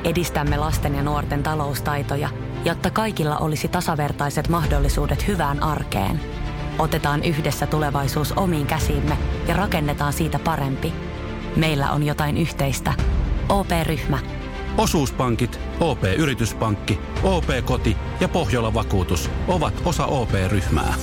edistämme lasten ja nuorten taloustaitoja, jotta kaikilla olisi tasavertaiset mahdollisuudet hyvään arkeen. Otetaan yhdessä tulevaisuus omiin käsiimme ja rakennetaan siitä parempi. Meillä on jotain yhteistä. OP-ryhmä. Osuuspankit, OP-yrityspankki, OP-koti ja Pohjola-vakuutus ovat osa OP-ryhmää.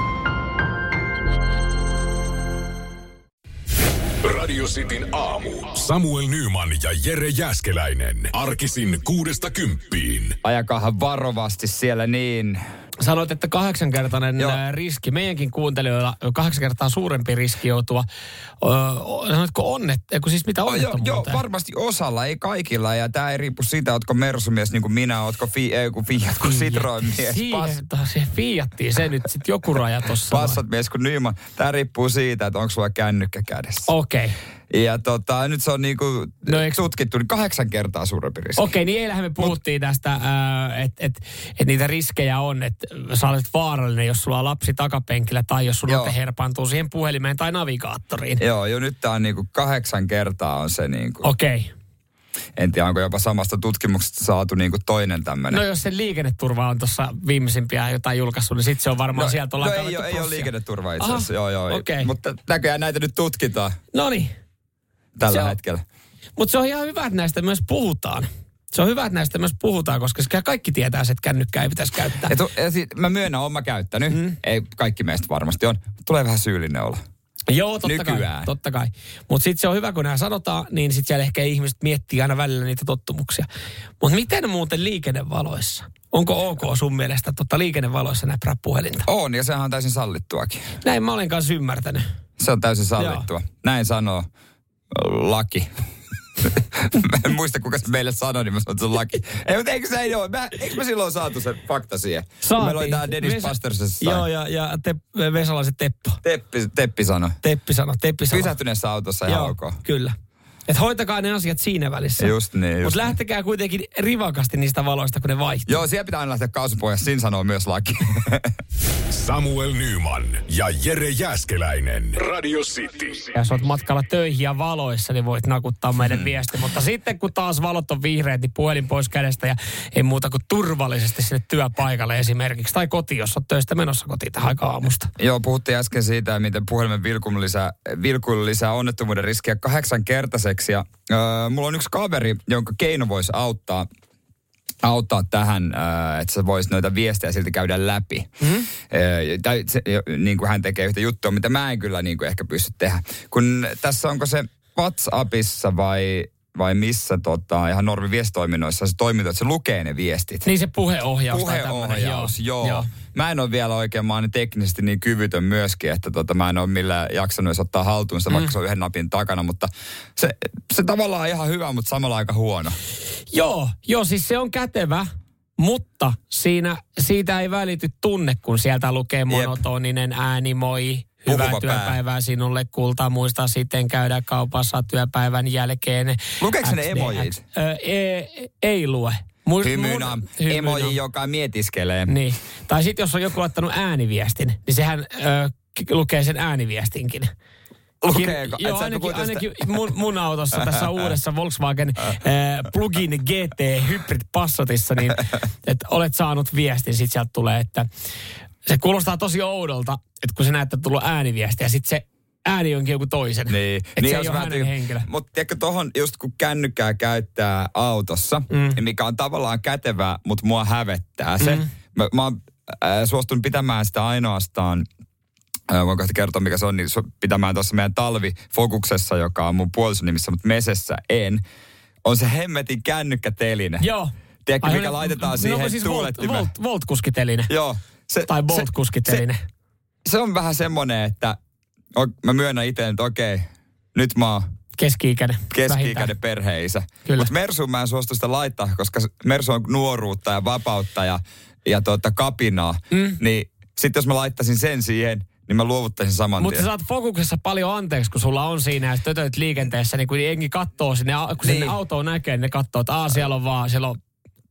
Radio Cityn aamu. Samuel Nyman ja Jere Jääskeläinen. Arkisin 6–10. Ajakaahan varovasti siellä niin. Sanoit, että 8-kertainen riski. Meidänkin kuuntelijoilla 8 kertaa suurempi riski joutua. Sanoitko siis mitä onnettomuuteen? Joo, varmasti osalla, ei kaikilla. Ja tämä ei riippu siitä, ootko Mersumies niin kuin minä, ootko Fiat kuin Citroen-mies. Siihen Fiattiin se nyt sitten joku raja tossa. Passat mies kuin Nyman. Tämä riippuu siitä, että onko sulla kännykkä kädessä. Okei. Ja nyt se on niinku tutkittu 8 kertaa suurempi riski. Okei, niin eilähän me puhuttiin tästä, että niitä riskejä on, että sä olet vaarallinen, jos sulla on lapsi takapenkillä tai jos sulla herpaantuu siihen puhelimeen tai navigaattoriin. Joo, jo nyt tää on niinku 8 kertaa on se niinku. Okei. En tiedä, onko jopa samasta tutkimuksesta saatu niinku toinen tämmöinen. No jos se liikenneturva on tuossa viimeisimpiä jotain julkaissut, niin sitten se on varmaan sieltä ollaan ei ole liikenneturva itse asiassa. Joo. Okay. Mutta näköjään näitä nyt tutkitaan. Noniin. Tällä hetkellä. Mutta se on ihan hyvä, että näistä myös puhutaan. Se on hyvä, että näistä myös puhutaan, koska kaikki tietää, että kännykkää ei pitäisi käyttää. Mä myönnän, olen käyttänyt. Ei kaikki meistä varmasti on. Tulee vähän syyllinen olla. Joo, totta kai. Mutta sitten se on hyvä, kun nämä sanotaan, niin sitten siellä ehkä ihmiset miettii aina välillä niitä tottumuksia. Mutta miten muuten liikennevaloissa? Onko ok sun mielestä liikennevaloissa näppää puhelinta? On, ja sehän on täysin sallittuakin. Näin mä olen kanssa ymmärtänyt. Se on täysin sallittua. Joo. Näin sanoo laki. Mä en muista, kuka se meille sanoi, niin mä sanoin, että se on laki. Ei, mutta eikö se ei ole? Eikö me silloin saatu se fakta siihen? Saatiin. Meillä oli tää Dennis Pastersessa. Joo, ja Vesalaisen Teppo. Teppi sanoi. Pysähtyneessä autossa ihan ok. Kyllä. Että hoitakaa ne asiat siinä välissä. Just niin. Mutta lähtekää kuitenkin rivakasti niistä valoista, kun ne vaihtuu. Joo, siellä pitää aina lähteä kaasupohjassa. Siinä sanoo myös laki. Samuel Nyman ja Jere Jääskeläinen. Radio City. Ja jos oot matkalla töihin ja valoissa, niin voit nakuttaa meidän viesti. Mutta sitten kun taas valot on vihreät, niin puhelin pois kädestä ja ei muuta kuin turvallisesti sinne työpaikalle esimerkiksi. Tai kotiin, jos oot töistä menossa kotiin tähän aika aamusta. Joo, puhuttiin äsken siitä, miten puhelimen vilkuilu lisää onnettomuuden riskiä 8-kertaiseksi. Ja mulla on yksi kaveri, jonka keino voisi auttaa tähän, että se voisi noita viestejä silti käydä läpi. Tai niin kuin hän tekee yhtä juttua, mitä mä en kyllä niin kuin ehkä pysty tehdä. Kun tässä onko se WhatsAppissa vai missä ihan normi viestitoiminnoissa se toiminto, että se lukee ne viestit. Niin se puheohjaus. Puheohjaus, joo. Mä en ole vielä oikein, mä oon teknisesti niin kyvytön myöskin, että mä en ole millään jaksanut edes ottaa haltuun sitä, vaikka se on yhden napin takana, mutta se tavallaan on ihan hyvä, mutta samalla aika huono. Joo, siis se on kätevä, mutta siitä ei välity tunne, kun sieltä lukee monotoninen ääni, moi. Hyvää työpäivää sinulle, kulta. Muista sitten käydä kaupassa työpäivän jälkeen. Lukeeko ne emojit? Ei lue. Hymynä. Emoji, joka mietiskelee. Niin. Tai sitten jos on joku laittanut ääniviestin, niin sehän lukee sen ääniviestinkin. Lukeeko? Joo, ainakin mun autossa tässä uudessa Volkswagen plug-in GT Hybrid Passatissa, niin että olet saanut viestin, sitten sieltä tulee, että se kuulostaa tosi oudolta, että kun sä näet, että tullut ääniviesti ja sitten se ääni onkin joku toisen. Niin. Että se ei ole hänen henkilö. Mutta tiedätkö tohon, just kun kännykkää käyttää autossa, mikä on tavallaan kätevää, mutta mua hävettää se. Mä oon suostunut pitämään sitä ainoastaan, voin kohta kertoa mikä se on, niin pitämään tuossa meidän talvifokuksessa, joka on mun puolison nimissä, mutta mesessä en. On se hemmetin kännykkäteline. Joo. Tiedätkö, mikä laitetaan siihen siis tuulettimeen? Volt-kuskiteline. Joo. Tai Bolt-kuskiteline. Se on vähän semmoinen, että mä myönnän itse, että okei, nyt mä oon keski-ikäinen perheisä. Mutta Mersuun mä en suostu sitä laittaa, koska Mersu on nuoruutta ja vapautta ja kapinaa. Niin sitten jos mä laittaisin sen siihen, niin mä luovuttaisin saman tien. Mutta sä saat fokuksessa paljon anteeksi, kun sulla on siinä ja tötöt liikenteessä, niin kun jengi kattoo sinne, kun sinne autoon näkee, niin ne kattoo, että siellä on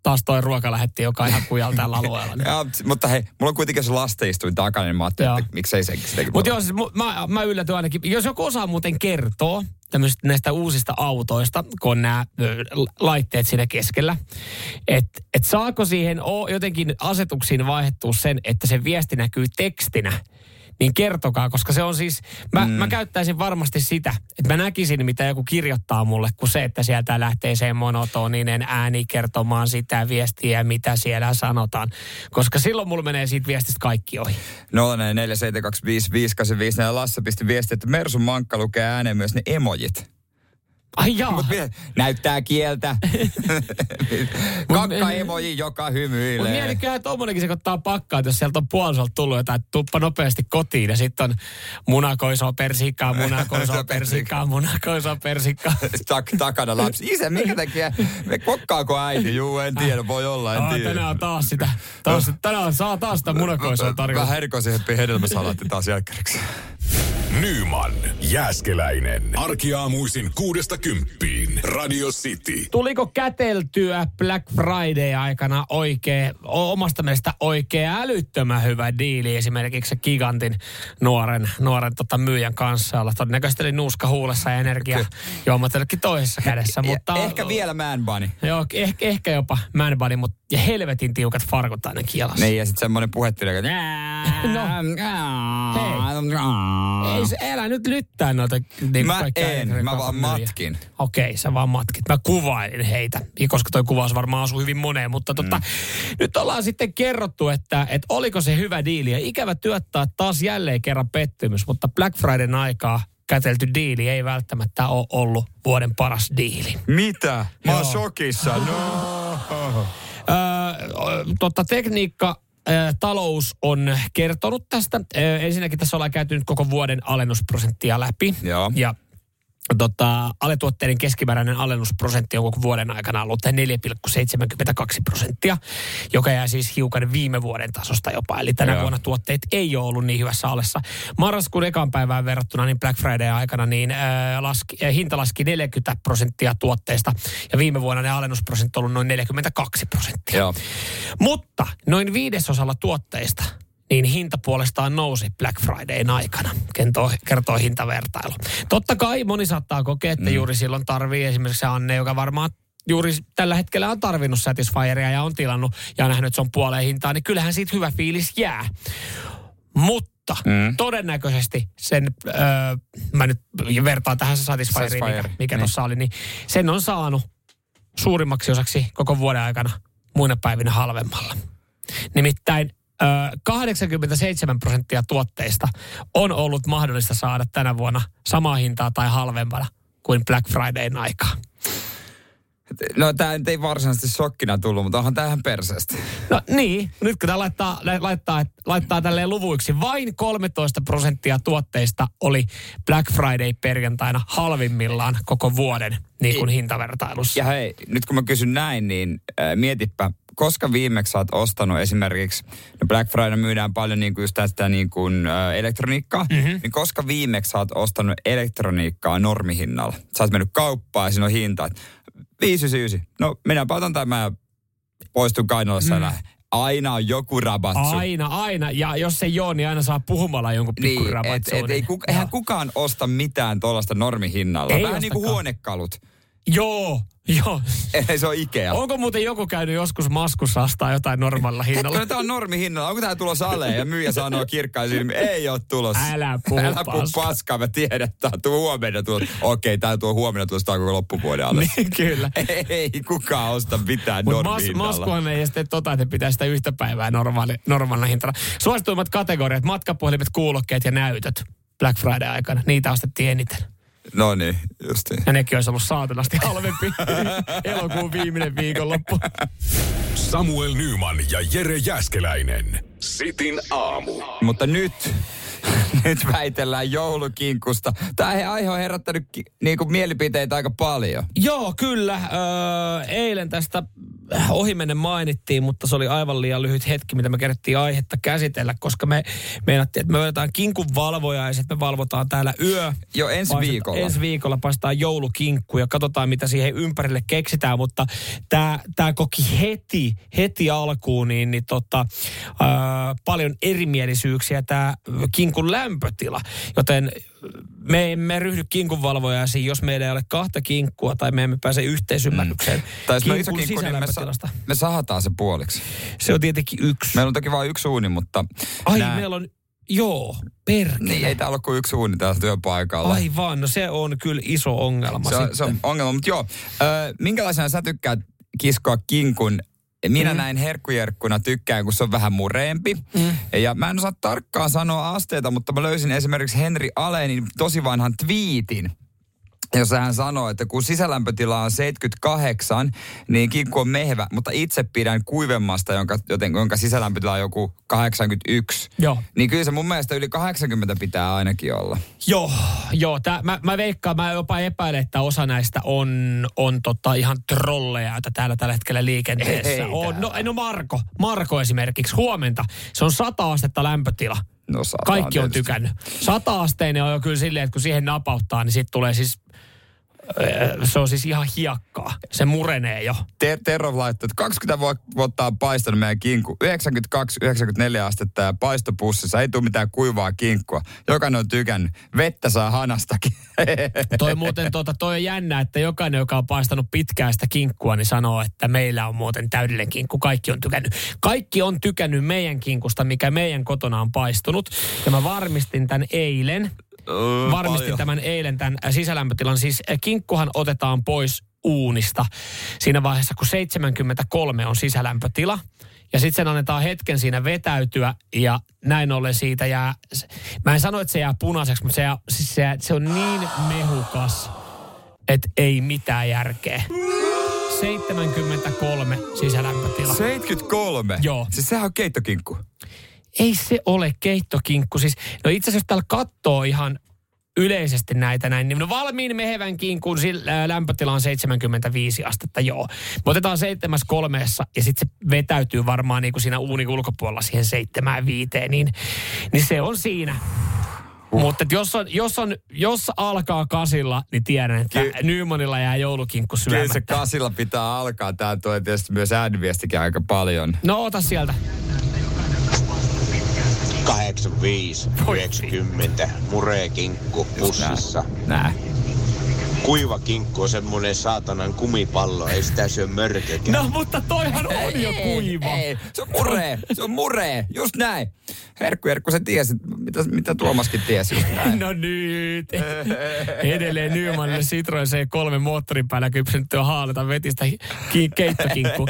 taas toi ruokalähetti, joka on ihan kujalla tällä alueella. Niin. Ja, mutta hei, mulla on kuitenkin se lastenistuin takana, niin mä ajattelin, että miksei sekin. Mutta joo, siis mä yllätyin ainakin. Jos joku osaa muuten kertoa tämmöisistä näistä uusista autoista, kun on nämä laitteet siinä keskellä, että saako siihen jotenkin asetuksiin vaihdettua sen, että se viesti näkyy tekstinä, niin kertokaa, koska se on siis, mä käyttäisin varmasti sitä, että mä näkisin, mitä joku kirjoittaa mulle, kuin se, että sieltä lähtee se monotoninen ääni kertomaan sitä viestiä, mitä siellä sanotaan. Koska silloin mulla menee siitä viestistä kaikki ohi. 047255854 Lasse pisti viesti, että Mersun mankka lukee ääneen myös ne emojit. Ai jaa. Mut näyttää kieltä. Kakka-emoji, joka hymyilee. Mutta mietitkää, että tommonenkin sekoittaa pakkaa, että jos sieltä on puolisolta tullut jotain, että tuppa nopeasti kotiin ja sitten on munakoisoa persikkaa, munakoisoa persikkaa, munakoisoa persikkaa. Takana lapsi. Isä, minkä takia? Kokkaako äiti? Juu, en tiedä, voi olla, en tiedä. Tänään on taas sitä. Tänään saa taas sitä munakoisoa tarjolla. Vähän erikoisempi hedelmäsalaatti taas jälkkäriksi. Nyman, Jääskeläinen. Arkiaamuisin 6–10. Radio City. Tuliko käteltyä Black Friday-aikana omasta mielestä oikein älyttömän hyvä diili esimerkiksi se Gigantin nuoren myyjän kanssa, jolla todennäköisesti oli nuuska huulessa ja energia juomatellutkin toisessa kädessä. Mutta ehkä vielä Man Bunny. Joo, ehkä jopa Man Bunny, mutta ja helvetin tiukat farkut aina kielassa. Niin, ja sitten semmoinen puhettelu, että Ei se, älä nyt lyttää noita niin mä vaan matkin. Okei, sä vaan matkit. Mä kuvailin heitä, koska toi kuvaus varmaan asuu hyvin moneen, mutta nyt ollaan sitten kerrottu, että oliko se hyvä diili. Ja ikävä työttää taas jälleen kerran pettymys, mutta Black Fridayn aikaa kätelty diili ei välttämättä ole ollut vuoden paras diili. Mitä? Mä oon shokissa. Tekniikka talous on kertonut tästä. Ensinnäkin tässä ollaan käyty nyt koko vuoden alennusprosenttia läpi. Joo. Ja aletuotteiden keskimääräinen alennusprosentti on koko vuoden aikana ollut 4,72%, joka jää siis hiukan viime vuoden tasosta jopa. Eli tänä vuonna tuotteet ei ole ollut niin hyvässä alessa. Marraskuun ekan päivään verrattuna niin Black Friday aikana niin hinta laski 40% tuotteista ja viime vuonna ne alennusprosentti on ollut noin 42%. Joo. Mutta noin 5% tuotteista niin hinta puolestaan nousi Black Fridayn aikana, kertoo hintavertailu. Totta kai moni saattaa kokea, että juuri silloin tarvii esimerkiksi se Anne, joka varmaan juuri tällä hetkellä on tarvinnut Satisfyeria ja on tilannut ja nähnyt, että se on puoleen hintaa, niin kyllähän siitä hyvä fiilis jää. Mutta todennäköisesti sen, mä nyt vertaan tähän se Satisfyeriin, mikä tuossa oli, niin sen on saanut suurimmaksi osaksi koko vuoden aikana muina päivinä halvemmalla. Nimittäin 87% tuotteista on ollut mahdollista saada tänä vuonna samaa hintaa tai halvempana kuin Black Fridayn aikaa. No tämä ei varsinaisesti shokkina tullut, mutta onhan tämähän perseestä. No niin, nyt kun tämä laittaa tälleen luvuiksi, vain 13% tuotteista oli Black Friday perjantaina halvimmillaan koko vuoden niin kuin hintavertailussa. Ja hei, nyt kun mä kysyn näin, niin mietipä, koska viimeksi sä oot ostanut esimerkiksi, no Black Friday myydään paljon niin kuin just tästä niin kuin elektroniikkaa, niin koska viimeksi sä oot ostanut elektroniikkaa normihinnalla? Sä oot mennyt kauppaan ja siinä on hinta, 599. No minäpä otan tämän ja poistun Kainalassa ja lähden. Aina on joku rabatsu. Aina. Ja jos ei ole, niin aina saa puhumalla jonkun pikku rabatsu. Eihän kukaan osta mitään tuollaista normihinnalla. Ei vähän niin kuin huonekalut. Joo. Ei se on Ikea. Onko muuten joku käynyt joskus maskussa ostaa jotain normaalilla hinnalla? Tämä on normihinnalla. Onko tämä tulossa aleen? Ja myyjä sanoo kirkkain silmiin, ei ole tulossa. Älä puhu paskaa. Mä tiedän, että tuo huomenna tulossa. Okei, tämä tuo huomenna tulossa koko loppuvuoden alle. Niin, kyllä. Ei kukaan osta mitään normihinnalla. Maskuhan ei sitten että pitää sitä yhtä päivää normaalina hintana. Suosituimmat kategoriat, matkapuhelimet, kuulokkeet ja näytöt Black Friday aikana. Niitä ostettiin eniten. No niin, justiin. Ja nekin olisi ollut saatanasti halvempi elokuun viimeinen viikonloppu. Samuel Nyman ja Jere Jääskeläinen. Sitin aamu. Mutta nyt väitellään joulukinkusta. Tämä aihe on herättänyt niinku mielipiteitä aika paljon. Joo, kyllä. Eilen tästä ohimennen mainittiin, mutta se oli aivan liian lyhyt hetki, mitä me kerettiin aihetta käsitellä, koska me meinattiin, että me otetaan kinkun valvoja ja sitten me valvotaan täällä Jo ensi viikolla. Ensi viikolla paistetaan joulukinkku ja katsotaan, mitä siihen ympärille keksitään, mutta tämä koki heti alkuun paljon erimielisyyksiä tämä kinkun lämpötila, joten me emme ryhdy kinkunvalvojaisiin, jos meillä ei ole kahta kinkkua tai me emme pääse yhteisymmärrykseen kinkun sisälämpötilasta. Me sahataan se puoliksi. Se on tietenkin yksi. Meillä on toki vain yksi uuni, mutta... Meillä on... Joo, perkele. Niin, ei täällä ole kuin yksi uuni täällä työpaikalla. Aivan, no se on kyllä iso ongelma se on ongelma, mutta joo. Minkälaisena sä tykkäät kiskoa kinkun? Minä näin herkkujerkkuna tykkään, kun se on vähän mureempi. Ja mä en osaa tarkkaan sanoa asteita, mutta mä löysin esimerkiksi Henri Alenin tosi vanhan twiitin, jossa hän sanoo, että kun sisälämpötila on 78, niin kinkku on mehevä, mutta itse pidän kuivemmasta, jonka sisälämpötila on joku 81. Joo. Niin kyllä se mun mielestä yli 80 pitää ainakin olla. Joo. Mä veikkaan, mä jopa epäilen, että osa näistä on ihan trolleja, joita täällä tällä hetkellä liikenteessä on. No Marko esimerkiksi, huomenta. Se on 100 astetta lämpötila. No, kaikki on tykännyt. 100-asteinen on jo kyllä silleen, että kun siihen napauttaa, niin siitä tulee siis... Se on siis ihan hiekkaa. Se murenee jo. Terro laittoi, että 20 vuotta on paistanut meidän kinkku. 92-94 astetta ja paistopussissa. Ei tule mitään kuivaa kinkkua. Jokainen on tykännyt. Vettä saa hanastakin. Toi on jännä, että jokainen, joka on paistanut pitkään sitä kinkkua, niin sanoo, että meillä on muuten täydellinen kinkku. Kaikki on tykännyt. Kaikki on tykännyt meidän kinkusta, mikä meidän kotona on paistunut. Ja mä varmistin tämän eilen. Tämän eilen tämän sisälämpötilan. Siis kinkkuhan otetaan pois uunista siinä vaiheessa, kun 73 on sisälämpötila. Ja sitten sen annetaan hetken siinä vetäytyä ja näin ollen siitä jää... Mä en sano, että se jää punaiseksi, mutta se on niin mehukas, että ei mitään järkeä. 73 sisälämpötila. 73? Joo. Siis sehän on keittokinkku. Ei se ole keittokinkku. Siis, no itse asiassa täällä katsoo ihan yleisesti näitä näin. Niin valmiin mehevän kinkun lämpötila on 75 astetta, joo. Me otetaan 73 ja sitten se vetäytyy varmaan niin kuin siinä uunin ulkopuolella siihen 75, niin se on siinä. Mutta jos alkaa kasilla, niin tiedän, että Nymanilla jää joulukinkku syömättä. Kyllä se kasilla pitää alkaa. Tää tulee tietysti myös ääniviestikin aika paljon. No ota sieltä. 85, 90, mureekinkku pussissa. Nää. Kuiva kinkku on semmoinen saatanan kumipallo, ei sitä syö mörkökään. No mutta toihan on jo kuiva. Ei, se on muree, just näin. Herkku, sä tiesit, mitä Tuomaskin tiesi just näin. No nyt. Edelleen Nymanille Citroen C3 moottorin päällä kypsynyt haalata vetistä keittokinkku.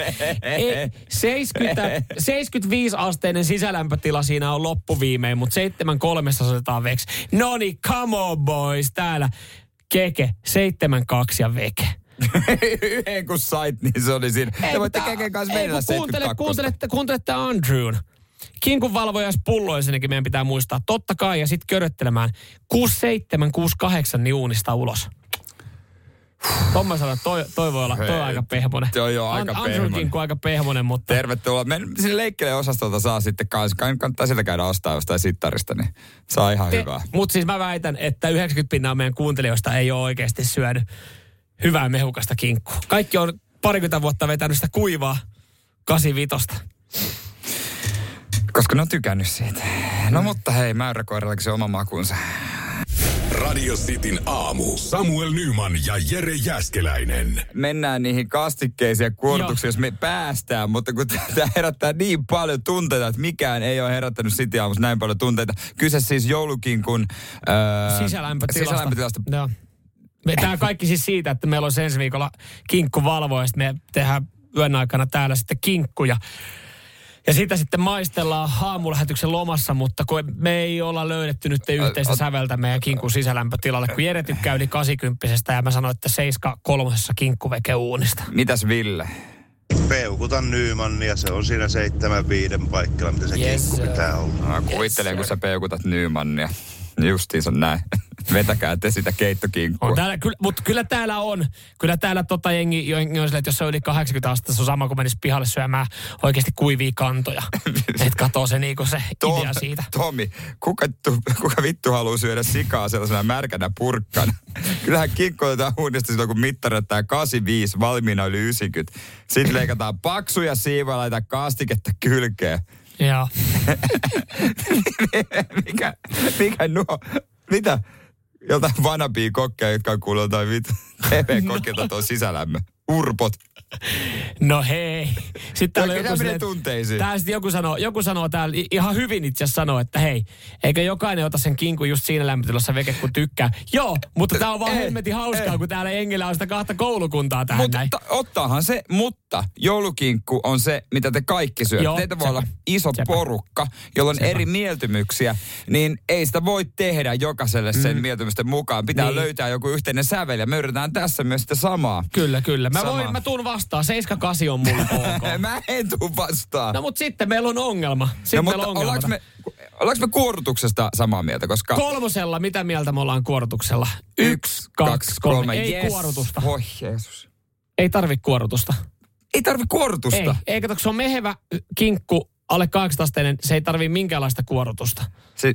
75-asteinen sisälämpötila siinä on loppuviimein, mutta 73 otetaan veksi. Noni, come on boys, täällä. Keke, 72 ja veke. Yhden kun sait, niin se oli siinä. Te voitte Keken kanssa vedellä 72. Kuuntelette Andrewn. Kinkun valvojas pulloisenkin meidän pitää muistaa. Totta kai, ja sitten köröttelemään 67, 68 niin uunista ulos. Tomma sanoo, toi voi olla, toi on aika pehmonen. Toi on jo aika pehmonen. Andrewn kinkku aika pehmonen, mutta... Tervetuloa. Sinne leikkeleen osastolta saa sitten kanssa. Kannattaa sieltä käydä ostaa jostain sittarista, niin saa ihan hyvää. Mutta siis mä väitän, että 90% meidän kuuntelijoista ei ole oikeasti syönyt hyvää mehukasta kinkkua. Kaikki on 20 vuotta vetänyt sitä kuivaa 85. Koska ne on tykännyt siitä. No mutta hei, mäyräkoirallakin se oma makunsa. Radio Cityn aamu. Samuel Nyman ja Jere Jääskeläinen. Mennään niihin kastikkeisiin ja kuortuksiin, jos me päästään. Mutta kun tämä herättää niin paljon tunteita, että mikään ei ole herättänyt City aamussa näin paljon tunteita. Kyse siis joulukinkun sisälämpötilasta. Joo. Tämä kaikki siis siitä, että meillä on ensi viikolla kinkkuvalvoja, ja me tehdään yön aikana täällä sitten kinkkuja. Ja sitä sitten maistellaan aamulähetyksen lomassa, mutta kun me ei olla löydetty nyt yhteistä säveltä meidän kinkun sisälämpötilalle, kun Jere tykkää yli 80 ja mä sanoin, että 73 kinkkuveke uunista. Mitäs Ville? Peukutan Nymannia, se on siinä 75 paikalla, mitä se kinkku pitää olla. Kuvittelen, kun sä peukutat Nymannia. Justiinsa näin. Vetäkää te sitä keittokinkkua. Mutta kyllä täällä on. Kyllä täällä jengi on silleen, että jos se on yli 80 astetta, se on sama kuin menisi pihalle syömään oikeasti kuivia kantoja. Että katoo se niinku se idea siitä. Tomi, kuka vittu haluaa syödä sikaa sellaisena märkänä purkkana? Kyllähän kinkku otetaan uudestaan silloin, kun mittari ottaa 85, valmiina yli 90. Sitten leikataan paksuja siivoja, laitetaan kastiketta kylkeen. Joo. Mikä nuo? Mitä? Jotain vanhempia kokkeja, jotka on kuullut jotain TV-kokkeilta tuon sisälämmö. Urpot. No hei. Sitten täällä joku sanoo täällä, ihan hyvin itse asiassa sanoo, että hei, eikö jokainen ota sen kinkun just siinä lämpötilassa veke, kun tykkää. Joo, mutta tää on vaan hemmetin hauskaa, kun täällä Engellä on sitä 2 koulukuntaa tähän näin. Ottaahan se, mutta joulukinkku on se, mitä te kaikki syötte. Teitä voi olla iso porukka, jolla on eri mieltymyksiä, niin ei sitä voi tehdä jokaiselle sen mieltymysten mukaan. Pitää löytää joku yhteinen sävel ja me yritetään tässä myös sitä samaa. Kyllä. Mä tuun vastaan. 7-8 on mulle ok. Mä en tuu vastaan. No mut sitten meillä on ongelma. Ollaanko me kuorutuksesta samaa mieltä? Koska 3, mitä mieltä me ollaan kuorutuksella? 1, 2, 3. Ei kuorutusta. Voi Jeesus. Ei tarvi kuorutusta. Ei tarvi kuorutusta? Ei, kato, se on mehevä kinkku, alle 8-asteinen, se ei tarvi minkäänlaista kuorutusta.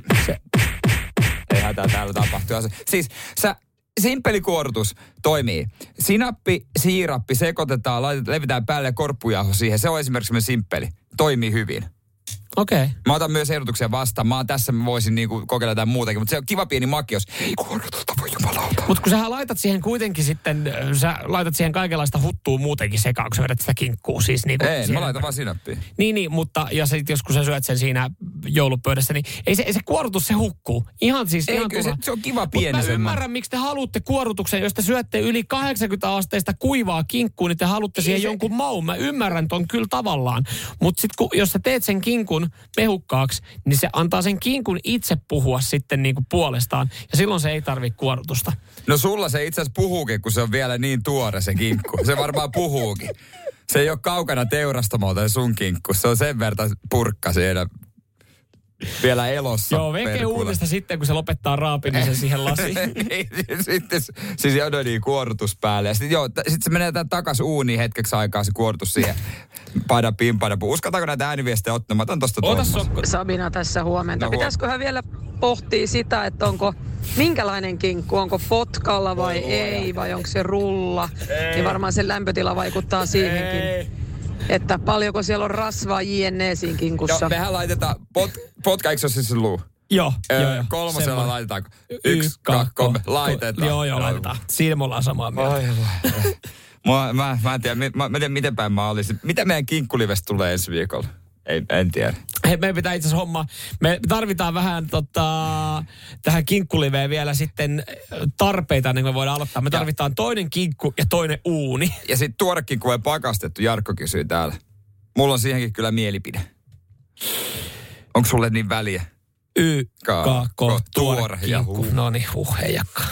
Ei hätää täällä tapahtuu. Siis simppeli kuorutus toimii. Sinappi, siirappi sekoitetaan, levitään päälle korppujauho siihen. Se on esimerkiksi simppeli. Toimii hyvin. Okei. Mä otan myös ehdotuksia vastaan. Mä voisin kokeilla jotain muutakin, mutta se on kiva pieni makios. Ei kuorutusta voi jumalauta. Mutta kun sä laitat siihen kuitenkin sitten, sä laitat siihen kaikenlaista huttua muutenkin sekaan, kun sä vedät sitä kinkkua. Siis mä laitan vaan sinappia. Niin, mutta ja sitten jos kun sä syöt sen siinä joulupöydässä, niin ei se kuorutus, se hukkuu. Ihan se on kiva pieni. Mutta mä ymmärrän, miksi te haluatte kuorutuksen, jos te syötte yli 80 asteista kuivaa kinkkua, niin te haluatte siihen jonkun maun. Mä ymmärrän ton kyllä tavallaan. Mutta sitten jos sä teet sen kinkun mehukkaaksi, niin se antaa sen kinkun itse puhua sitten niinku puolestaan. Ja silloin se ei tarvitse kuorutusta. No sulla se itse asiassa puhuukin, kun se on vielä niin tuore se kinkku. Se varmaan puhuukin. Se ei ole kaukana teurastamolta se sun kinkku. Se on sen verran purkka siellä vielä elossa. Joo, veke uudesta sitten, kun se lopettaa raapimisen siihen lasiin. Sitten siis niin kuorutus päälle. Sitten se menee takas uuniin hetkeksi aikaa se kuorutus siihen. Padapim. Uskataanko näitä ääniviestejä ottaa? Mä otan tosta Sabina tässä huomenta. No, pitäisiköhän vielä pohtia sitä, että minkälainen kinkku, onko potkalla vai ei, vai onko se rulla. Niin varmaan se lämpötila vaikuttaa siihenkin. Että paljonko siellä on rasvaa jne siinä kinkussa. Joo, mehän laitetaan, potka, eikö se siis luu? Joo. 3 laitetaanko? 1, 2, 3, laitetaan. Joo, laitetaan. Siinä me ollaan samaa mieltä. Mä en tiedä, miten päin mä olisin. Mitä meidän kinkkulivestä tulee ensi viikolla? En tiedä. Meidän pitää itse asiassa me tarvitaan vähän tähän kinkkuliveen vielä sitten tarpeita, niin me voidaan aloittaa. Me tarvitaan toinen kinkku ja toinen uuni. Ja sitten tuore kinkku vai pakastettu, Jarkko kysyy täällä. Mulla on siihenkin kyllä mielipide. Onko sulle niin väliä? Tuore kinkku. No niin, heijakka.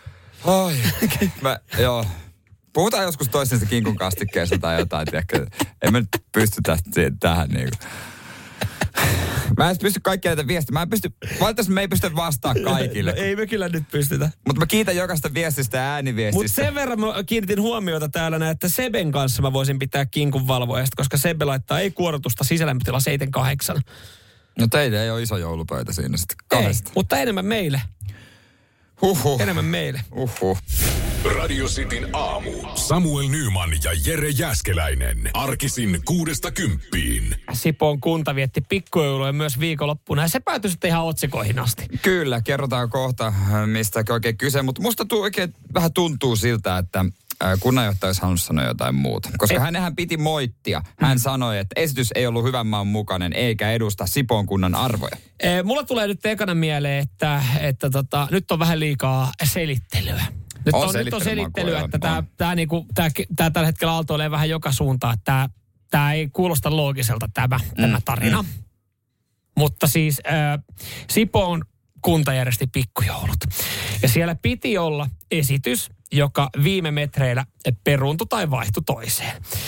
Joo. Puhutaan joskus toisesta kinkun kastikkeesta tai jotain, tiedätkö? En mä nyt pysty tähän niinku. Mä en pysty kaikkia näitä viestiä. Valitettavasti me ei pysty vastaamaan kaikille. No, ei me kyllä nyt pystytä. Mutta mä kiitän jokaista viestistä ja ääniviestistä. Mutta sen verran mä kiinnitin huomiota täällä, että Seben kanssa mä voisin pitää kinkun valvojasta, koska Sebe laittaa ei kuorutusta sisälämpötila 7-8. No teillä ei ole iso joulupöytä siinä sitten 2. Mutta enemmän meille. Enemmän meille. Radio Cityn aamu. Samuel Nyman ja Jere Jääskeläinen. Arkisin 6–10. Sipoon kunta vietti pikkujouluja myös viikonloppuna ja se päätyi sitten ihan otsikoihin asti. Kyllä, kerrotaan kohta mistä oikein kyse, mutta musta oikein vähän tuntuu siltä, että kunnanjohtaja olisi halunnut sanoa jotain muuta. Koska hänenhän piti moittia. Hän sanoi, että esitys ei ollut hyvän maan mukainen eikä edusta Sipoon kunnan arvoja. Mulla tulee nyt ekana mieleen, että nyt on vähän liikaa selittelyä. Nyt on selittelyä, että tämä tällä hetkellä aaltoilee vähän joka suuntaan, että tämä ei kuulosta loogiselta tämä tarina. Mutta siis Sipoon kunta järjesti pikkujoulut. Ja siellä piti olla esitys, joka viime metreillä peruuntui tai vaihtui toiseen.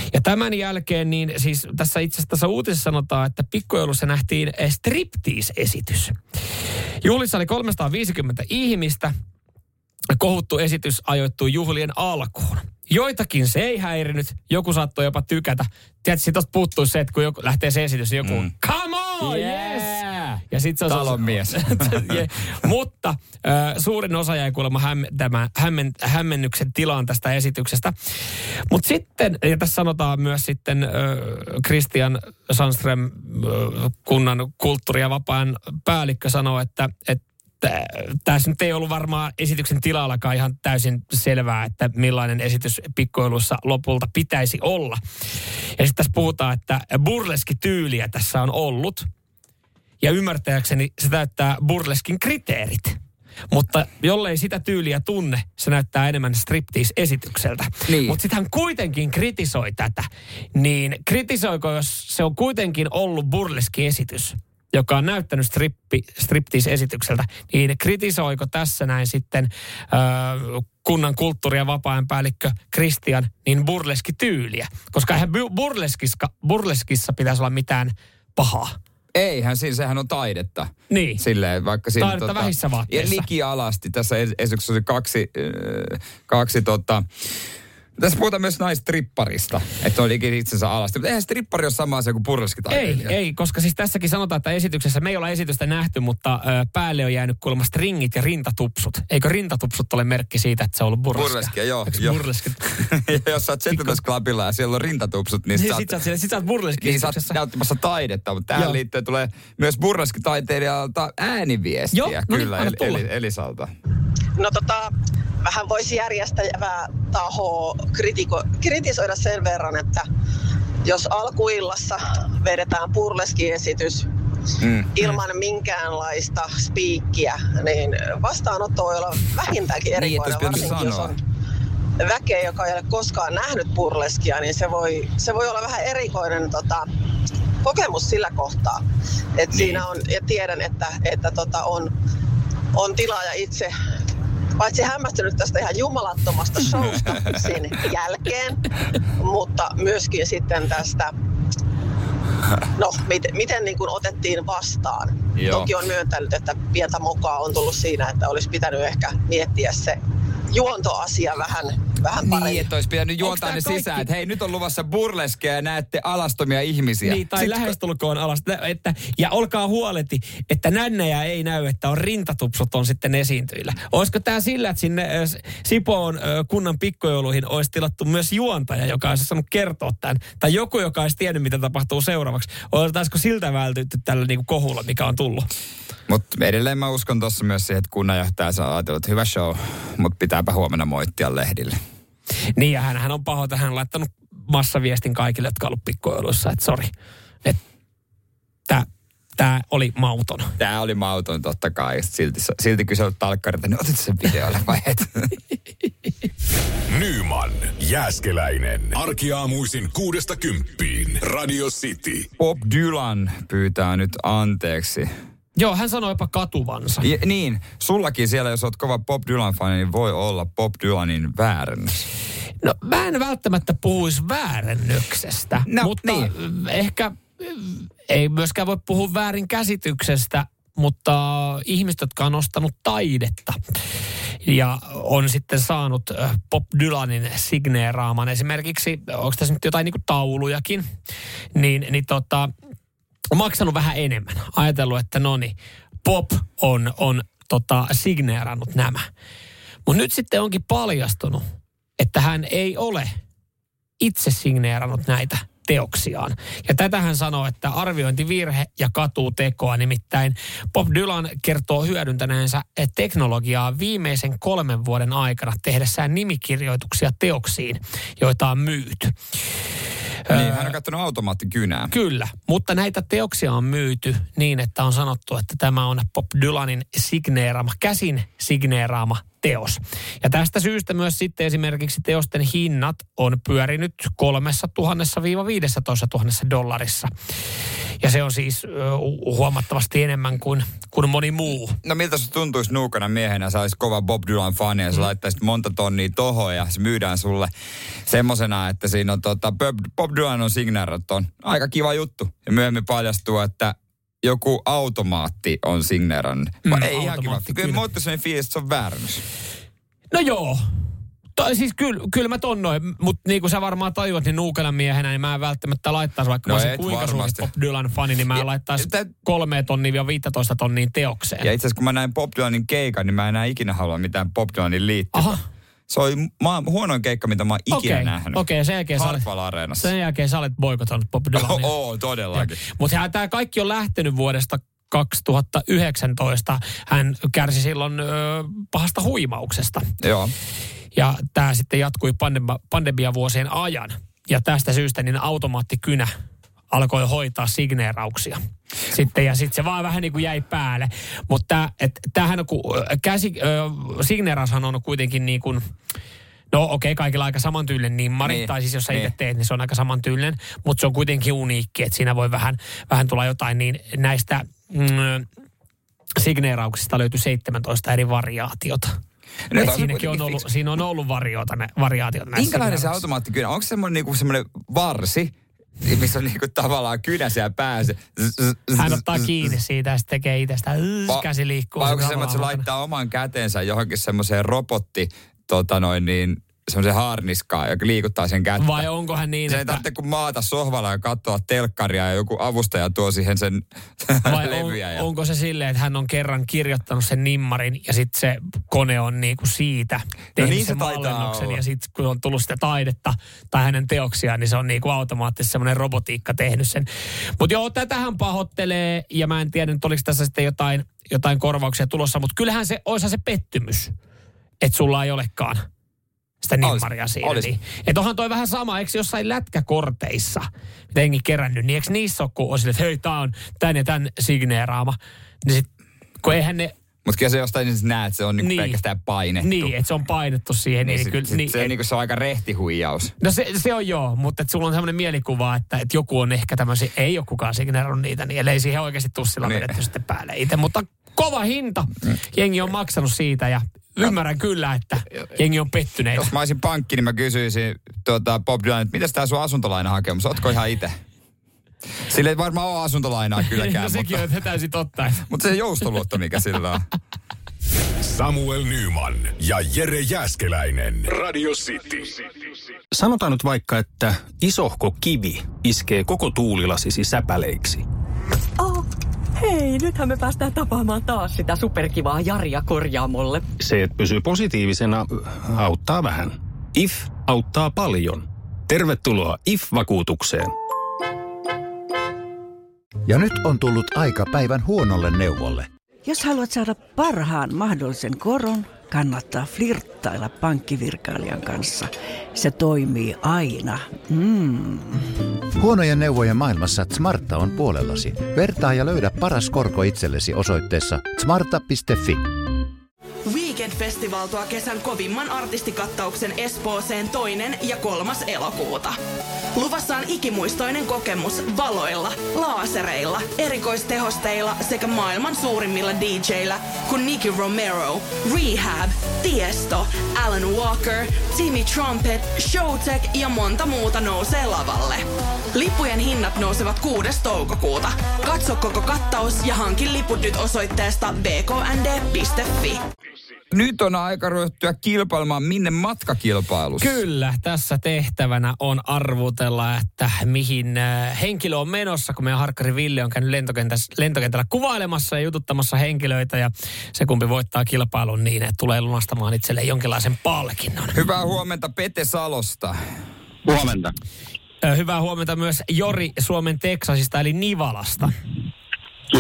Ja tämän jälkeen, niin siis tässä itse asiassa tässä uutisessa sanotaan, että pikkujoulussa nähtiin striptease-esitys. Juhlissa oli 350 ihmistä. Kohuttu esitys ajoittui juhlien alkuun. Joitakin se ei häirinyt, joku saattoi jopa tykätä. Tiedätkö, tuosta puuttuisi se, että kun joku lähtee se esitys, niin joku come on, yes! Ja sit se on talonmies. Mutta suurin osa jäi kuulemma hämmennyksen tilaan tästä esityksestä. Mutta sitten, ja tässä sanotaan myös sitten Christian Sandström, kunnan kulttuuri- ja vapaa-ajan päällikkö, sanoo, että tässä nyt ei ollut varmaan esityksen tilallakaan ihan täysin selvää, että millainen esitys pikkujoulussa lopulta pitäisi olla. Ja sitten tässä puhutaan, että burleski-tyyliä tässä on ollut. Ja ymmärtääkseni se täyttää burleskin kriteerit. Mutta jollei sitä tyyliä tunne, se näyttää enemmän striptease-esitykseltä. Niin. Mutta sitten hän kuitenkin kritisoi tätä. Niin kritisoiko, jos se on kuitenkin ollut burleski-esitys, joka on näyttänyt striptease-esitykseltä, niin kritisoiko tässä näin sitten kunnan kulttuuri- ja vapaa-ajan päällikkö Christian niin burleski-tyyliä? Koska eihän burleskissa pitäisi olla mitään pahaa. Eihän siinä, sehän on taidetta. Niin. Silleen, vaikka siinä taidetta vähissä vaatteissa. Ja likialasti. Tässä esityksessä oli kaksi tässä puhutaan myös naistripparista, että on itsensä alasti. Mutta eihän strippari ole sama asia kuin burleskitaiteilija. Ei, koska siis tässäkin sanotaan, että esityksessä, me ei olla esitystä nähty, mutta päälle on jäänyt kuulemma stringit ja rintatupsut. Eikö rintatupsut ole merkki siitä, että se on ollut burleskia? Burleskia, joo. Jos sä oot Gentleman's Clubilla ja siellä on rintatupsut, niin sit sä oot burleski-esityksessä. Niin sä oot näyttämässä taidetta, mutta tähän liittyen tulee myös burleskitaiteilijalta ääniviestiä. Joo, kyllä, Elisalta. No vähän voisi järjestävää tahoa kritisoida sen verran, että jos alkuillassa vedetään burleski-esitys ilman minkäänlaista spiikkiä, niin vastaanotto voi olla vähintäänkin erikoinen, varsinkin jos on väkeä, joka ei ole koskaan nähnyt burleskia, niin se voi olla vähän erikoinen kokemus sillä kohtaa. Et siinä on, ja tiedän, että on tilaaja itse paitsi hämmästynyt tästä ihan jumalattomasta showsta sen jälkeen, mutta myöskin sitten tästä, miten niin kuin otettiin vastaan. Joo. Toki on myöntänyt, että pientä mokaa on tullut siinä, että olisi pitänyt ehkä miettiä se juontoasia vähän paremmin. Niin, että olisi pitänyt juontaa ne sisään, että hei, nyt on luvassa burleskeja ja näette alastomia ihmisiä. Niin, tai lähestulkoon alastomia. Ja olkaa huoleti, että nännejä ei näy, että on rintatupsut on sitten esiintyjillä. Olisiko tämä sillä, että sinne Sipoon kunnan pikkujouluihin olisi tilattu myös juontaja, joka olisi saanut kertoa tämän? Tai joku, joka olisi tiennyt, mitä tapahtuu seuraavaksi. Olisiko siltä vältytty tällä niin kuin kohulla, mikä on tullut? Mutta edelleen mä uskon tuossa myös siihen, että kunnanjohtaja saa ajatella, että hyvä show, mutta pitääpä huomenna moittia lehdille. Niin, ja hän on pahoita. Hän on laittanut massaviestin kaikille, jotka on ollut pikkujouluissa, että sori, että tämä oli mauton. Tämä oli mauton, totta kai. Silti kysynyt talkkarilta, niin otit sen videolle vai et? Nyman, Jääskeläinen. Arkiaamuisin 6–10. Radio City. Bob Dylan pyytää nyt anteeksi. Joo, hän sanoi jopa katuvansa. Niin, sullakin siellä, jos oot kova Bob Dylan-fani, niin voi olla Bob Dylanin väärennys. No, mä en välttämättä puhuisi väärennyksestä, mutta niin. Ehkä ei myöskään voi puhua väärinkäsityksestä, mutta ihmiset, jotka on ostanut taidetta ja on sitten saanut Bob Dylanin signeeraaman, esimerkiksi, onko tässä nyt jotain niin kuin taulujakin, niin on maksanut vähän enemmän. Ajatellut, että Bob on signeerannut nämä. Mutta nyt sitten onkin paljastunut, että hän ei ole itse signeerannut näitä teoksiaan. Ja tätä hän sanoo, että arviointivirhe ja katuu tekoa. Nimittäin Bob Dylan kertoo hyödyntäneensä teknologiaa viimeisen 3 vuoden aikana tehdessään nimikirjoituksia teoksiin, joita on myyty. Niin, hän on katsonut automaattikynää. Kyllä, mutta näitä teoksia on myyty niin, että on sanottu, että tämä on Bob Dylanin signeeraama, käsin signeeraama teos. Ja tästä syystä myös sitten esimerkiksi teosten hinnat on pyörinyt $3,000–15,000. Ja se on siis huomattavasti enemmän kuin moni muu. No miltä se tuntuisi nuukana miehenä? Sä olisit kova Bob Dylan fani ja sä laittaisit monta tonnia tohon ja se myydään sulle semmosena, että siinä on Bob Dylan on signeeraton. Aika kiva juttu. Ja myöhemmin paljastuu, että joku automaatti on signeerannut. Ei ihan kiva. Kyllä mä ottaisin sellainen fiilis, että se on väärennys. No joo. Siis kyllä mä tonnoin, mutta niin kuin sä varmaan tajuat, niin nuukana miehenä, niin mä en välttämättä laittaisi, vaikka mä olisin kuinka suuri Bob Dylan fani, niin mä laittaisin 3 tonnia ja 15 tonnia teokseen. Ja itse asiassa kun mä näin Bob Dylanin keikan, niin mä en enää ikinä halua mitään Bob Dylanin liittyä. Aha. Se oli huonoin keikka, mitä mä oon ikinä nähnyt. Okei, sen jälkeen sä olet boikotannut Bob Dylania. Todellakin. Mutta tämä kaikki on lähtenyt vuodesta 2019. Hän kärsi silloin pahasta huimauksesta. Joo. Ja tämä sitten jatkui pandemiavuosien ajan. Ja tästä syystä niin automaattikynä alkoi hoitaa signeerauksia. Sitten se vaan vähän niin kuin jäi päälle. Mutta tämähän on, signeeraushan on kuitenkin niin kuin, no okei, kaikilla aika samantyylinen nimmari. Tai siis jos sä itse teet, niin se on aika samantyylinen. Mutta se on kuitenkin uniikki, että siinä voi vähän tulla jotain. Niin näistä signeerauksista löytyi 17 eri variaatiota. Siinä on ollut variaatiota. Minkälainen se automaattikynä? Onko se semmoinen varsi, missä on tavallaan kynä siellä päässä? Hän ottaa kiinni siitä ja sitten tekee itsestään. Käsi liikkuu. Vai onko se semmoinen, että se laittaa oman kätensä johonkin semmoiseen semmoisen haarniskaan, joka liikuttaa sen kättä. Vai onko hän niin, se ei tarvitse kuin maata sohvalla ja katsoa telkkaria ja joku avustaja tuo siihen sen levyjä. Vai onko se silleen, että hän on kerran kirjoittanut sen nimmarin ja sitten se kone on niinku siitä tehnyt sen mallennuksen. Ja sitten kun on tullut sitä taidetta tai hänen teoksiaan, niin se on niinku automaattisesti semmoinen robotiikka tehnyt sen. Mutta joo, tätähän pahoittelee ja mä en tiedä, oliko tässä sitten jotain korvauksia tulossa, mutta kyllähän olisihan se pettymys, että sulla ei olekaan sitä nimmaria siinä. Niin. Että onhan toi vähän sama, eikö jossain lätkäkorteissa, mitä jengi kerännyt, niin eikö niissä ole, kun on sille, että hei, tää on tän ja tän signeeraama. Niin sit, kun eihän ne... Mutta kyllä se jostain niin näet, että se on niin pelkästään painettu. Niin, että se on painettu siihen. Se on aika rehtihuijaus. No se on joo, mutta sulla on semmoinen mielikuva, että joku on ehkä tämmöisiä, ei ole kukaan signeerannut niitä, niin ellei siihen oikeasti tussilla vedetty sitten päälle itse. Mutta kova hinta. Jengi on maksanut siitä ja ymmärrän kyllä, että jengi on pettyneitä. Jos mä olisin pankki, niin mä kysyisin Bob Dylan, että mitäs tää sun asuntolainahakemus? Ootko ihan itse? Sillä ei varmaan ole asuntolainaa kylläkään. No sekin on täysin totta. Mutta se joustoluotto, mikä sillä on. Samuel Nyman ja Jere Jääskeläinen. Radio City. Sanotaan nyt vaikka, että isohko kivi iskee koko tuulilasisi säpäleiksi. Hei, nythän me päästään tapaamaan taas sitä superkivaa Jaria korjaamolle. Se, että pysyy positiivisena, auttaa vähän. IF auttaa paljon. Tervetuloa IF-vakuutukseen. Ja nyt on tullut aika päivän huonolle neuvolle. Jos haluat saada parhaan mahdollisen koron, kannattaa flirttailla pankkivirkailijan kanssa. Se toimii aina. Huonojen neuvojen maailmassa Smarta on puolellasi. Vertaa ja löydä paras korko itsellesi osoitteessa smarta.fi. Weekend Festival tuo kesän kovimman artistikattauksen Espooseen 2. ja 3. elokuuta. Luvassa on ikimuistoinen kokemus valoilla, laasereilla, erikoistehosteilla sekä maailman suurimmilla DJillä kuin Nicky Romero, Rehab, Tiesto, Alan Walker, Timmy Trumpet, Showtek ja monta muuta nousee lavalle. Lippujen hinnat nousevat 6. toukokuuta. Katso koko kattaus ja hankin liput nyt osoitteesta bknd.fi. Nyt on aika ryhtyä kilpailemaan minne matkakilpailussa. Kyllä, tässä tehtävänä on arvutella, että mihin henkilö on menossa, kun meidän harkkari Ville on käynyt lentokentällä kuvailemassa ja jututtamassa henkilöitä. Ja se kumpi voittaa kilpailun niin, että tulee lunastamaan itselleen jonkinlaisen palkinnon. Hyvää huomenta Pete Salosta. Huomenta. Hyvää huomenta myös Jori Suomen Teksasista eli Nivalasta.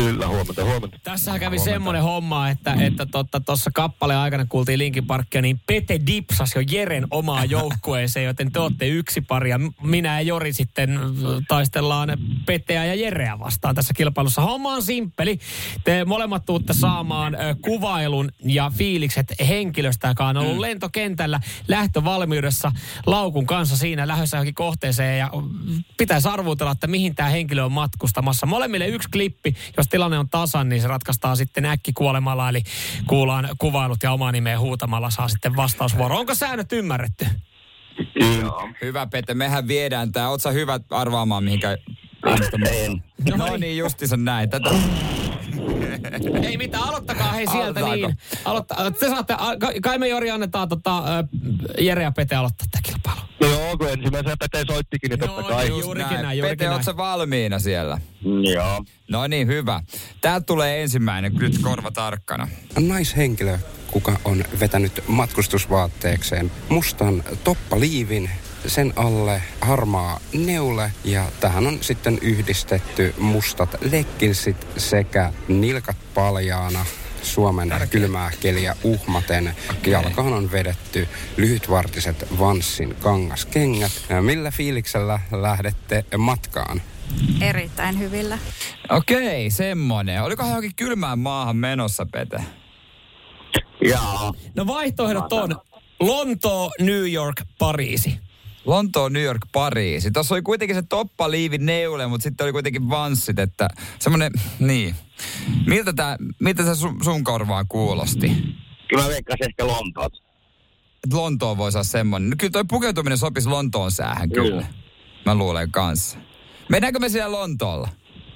Kyllä, huomenta. Tässähän kävi semmoinen homma, että tuossa kappaleen aikana kuultiin Linkin Parkia, niin Pete dipsas jo Jeren omaa joukkueeseen, joten te olette yksi pari. Ja minä ja Jori sitten taistellaan Peteä ja Jereä vastaan tässä kilpailussa. Homma on simppeli. Te molemmat tuutte saamaan kuvailun ja fiilikset henkilöstä, joka on ollut lentokentällä lähtövalmiudessa laukun kanssa siinä lähdössä johonkin kohteeseen. Ja pitäisi arvuutella, että mihin tämä henkilö on matkustamassa. Molemmille yksi klippi. Jos tilanne on tasan, niin se ratkaistaan sitten äkkikuolemalla. Eli kuullaan kuvailut ja omaa nimeä huutamalla saa sitten vastausvuoro. Onko säännöt ymmärretty? Joo. Hyvä, Pete. Mehän viedään tää. Oot sä hyvä arvaamaan, mihinkä... No niin, justiinsa näin. Tätä... Ei mitään, aloittakaa hei sieltä niin. Te saatte, kai me Jori annetaan Jere ja Pete aloittaa tämä kilpailu. No joo, kun ensimmäisenä Pete soittikin, niin totta kai. Juurikin näin. Pete, oot sä valmiina siellä? Joo. No niin, hyvä. Täältä tulee ensimmäinen, nyt korva tarkkana. Naishenkilö, kuka on vetänyt matkustusvaatteekseen mustan toppaliivin, sen alle harmaa neule ja tähän on sitten yhdistetty mustat legginsit sekä nilkat paljaana Suomen kylmää keliä uhmaten. Okay. Jalkaan on vedetty lyhytvartiset Vanssin kangaskengät. Millä fiiliksellä lähdette matkaan? Erittäin hyvillä. Okei, semmonen. Olikohan johonkin kylmään maahan menossa, Pete? Joo. No vaihtoehdot on Lontoo, New York, Pariisi. Lontoo, New York, Pariisi. Tuossa oli kuitenkin se toppaliivi neule, mutta sitten oli kuitenkin vanssit, että semmoinen, niin. Miltä se sun korvaan kuulosti? Kyllä mä veikkasin ehkä Lontoot. Lontoon voisi olla semmoinen. No, kyllä toi pukeutuminen sopisi Lontoon säähän kyllä. Mä luulen kanssa. Mennäänkö me siellä Lontoolla?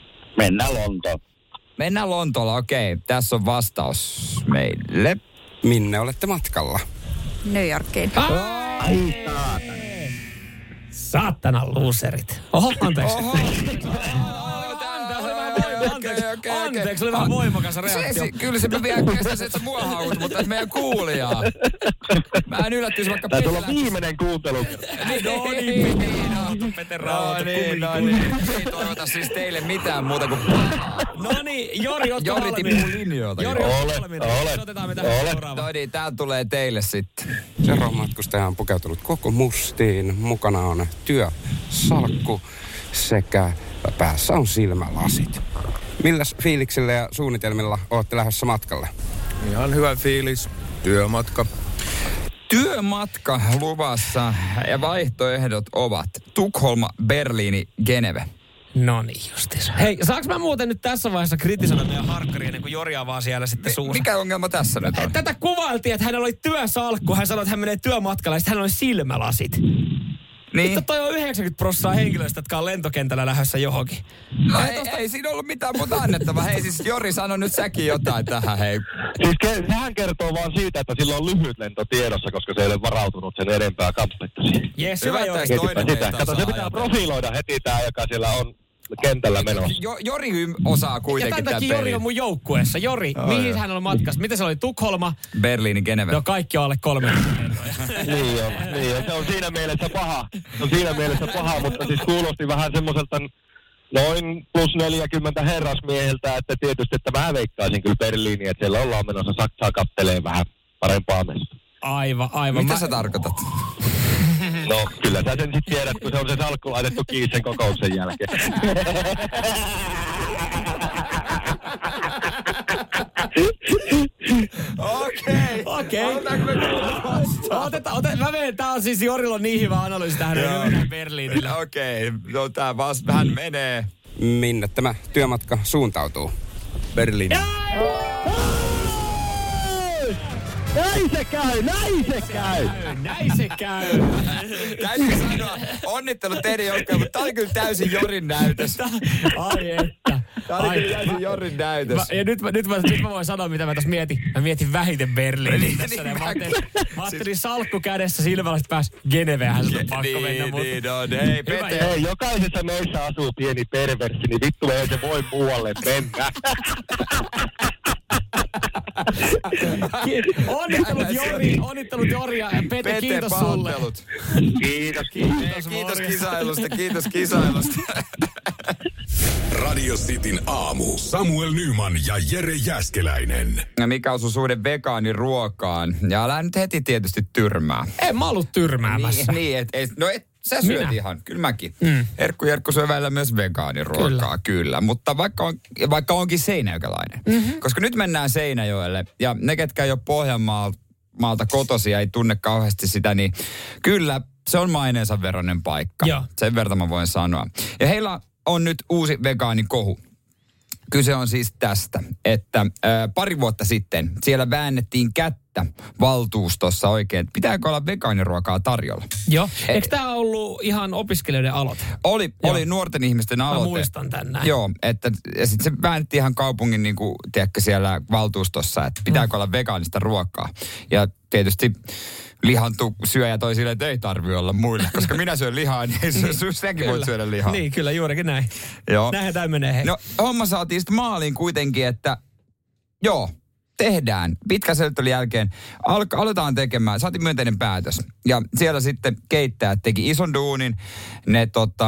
Mennään Lontoolla, okei. Tässä on vastaus meille. Minne olette matkalla? New Yorkiin. Saatana loserit. Oho, anteeksi. Anteeksi, oli vähän voimakas reaktio. Kyllä se me vielä kestäisi, että sä mua haukut, mutta et meidän kuulijaa. Mä en yllättyisi vaikka Tää tulla viimeinen kuuntelu. Pete rauhoitu Ei toivota siis teille mitään muuta kuin... No niin, Jori, ootko Jori tippuu linjoilta. Jori, otetaan me tähän seuraavaan. No niin, tää tulee teille sitten. Seuraava matkustaja on pukeutunut koko mustiin. Mukana on työsalkku sekä päässä on silmälasit. Milläs fiiliksillä ja suunnitelmilla olette lähdössä matkalle? Ihan hyvä fiilis. Työmatka. Työmatka luvassa ja vaihtoehdot ovat Tukholma, Berliini, Geneve. No niin justiinsa. Hei, saanko mä muuten nyt tässä vaiheessa kritisoida meidän harkkari ennen kuin Jori avaa siellä sitten suunsa? Mikä ongelma tässä nyt on? Tätä kuvailtiin, että hänellä oli työsalkku. Hän sanoi, että hän menee työmatkalle ja sitten hänellä oli silmälasit. Niin. Mutta toi on 90% henkilöistä, jotka on lentokentällä lähdössä johonkin. No ei siinä ollut mitään muuta annettavaa. Hei siis Jori, sano nyt säkin jotain tähän, hei. Siis sehän kertoo vaan siitä, että sillä on lyhyt lento tiedossa, koska se ei ole varautunut sen enempää kampetta siihen. Jes, hyvä Jori. Kato, se pitää profiloida heti tää, joka siellä on kentällä menossa. Jori osaa kuitenkin tämän takia Jori on mun joukkueessa. Jori, mihin hän on matkassa? Mitä se oli? Tukholma? Berliini, Geneve. No kaikki on alle 3 Niin on. Se on siinä mielessä paha. Mutta siis kuulosti vähän semmoiselta noin plus 40 herrasmieheltä, että tietysti, että mä veikkaisin kyllä Berliiniin, että siellä ollaan menossa Saksaa kattelee vähän parempaa mesta. Aivan. Mitä sä tarkoitat? No, kyllä sä sen sit tiedät, kun se on se salkku laitettu kiinni sen kokouksen jälkeen. Okei. Otetaan. Mä menen, tää on siis Jorilla niin hyvä analyysi tähän, että mennään Berliinille. Okei. No tää vähän menee. Minne tämä työmatka suuntautuu? Berliini. Näin se käy! Täytyy sanoa, onnittelut teidän joukkoon, mutta tää oli kyllä täysin Jorin näytös. Ai että. Tää oli kyllä täysin Jorin näytös. Ja nyt mä voin sanoa, mitä mä tässä mietin. Mä mietin vähiten Berliiniin tässä. Mä ajattelin salkku kädessä, silmälasit päässä Genevehän se on pakko mennä. Niin on. Hei, Pete. Hei, jokaisessa meissä asuu pieni perverssi, niin vittu ei se voi muualle mennä. Onnittelut Jori ja Pete, kiitos sulle. Kiitos kisailusta. Radio Cityn aamu. Samuel Nyman ja Jere Jääskeläinen. Ja mikä on sun suhde vegaaniruokaan? Ja älä nyt heti tietysti tyrmää. En mä ollut tyrmäämässä. Sä syöt ihan, kyllä mäkin. Jerkku syö välillä myös vegaaniruokaa, kyllä. Mutta vaikka onkin seinäjokelainen. Koska nyt mennään Seinäjoelle ja ne, ketkä ei ole Pohjanmaalta kotoisia, ei tunne kauheasti sitä, niin kyllä se on maineensa veroinen paikka. Joo. Sen verran mä voin sanoa. Ja heillä on nyt uusi vegaanikohu. Kyse on siis tästä, että pari vuotta sitten siellä väännettiin kättä valtuustossa oikein, pitääkö olla vegaaniruokaa tarjolla. Joo. Eikö tämä ollut ihan opiskelijoiden aloite? Oli nuorten ihmisten aloite. Mä muistan tän näin. Joo, ja sitten se väännettiin ihan kaupungin niin kuin, tiedätkö, siellä valtuustossa, että pitääkö olla vegaanista ruokaa. Ja tietysti syöjä toi silleen, että ei tarvitse olla muille. Koska minä syön lihaa, niin säkin voit syödä lihaa. Niin, kyllä, juurikin näin. Joo. Näinhän tämä menee. Hei. No, homma saatiin sitten maaliin kuitenkin, että joo, tehdään. Pitkän selittelyn jälkeen aletaan tekemään. Saatiin myönteinen päätös. Ja siellä sitten keittäjät teki ison duunin. Ne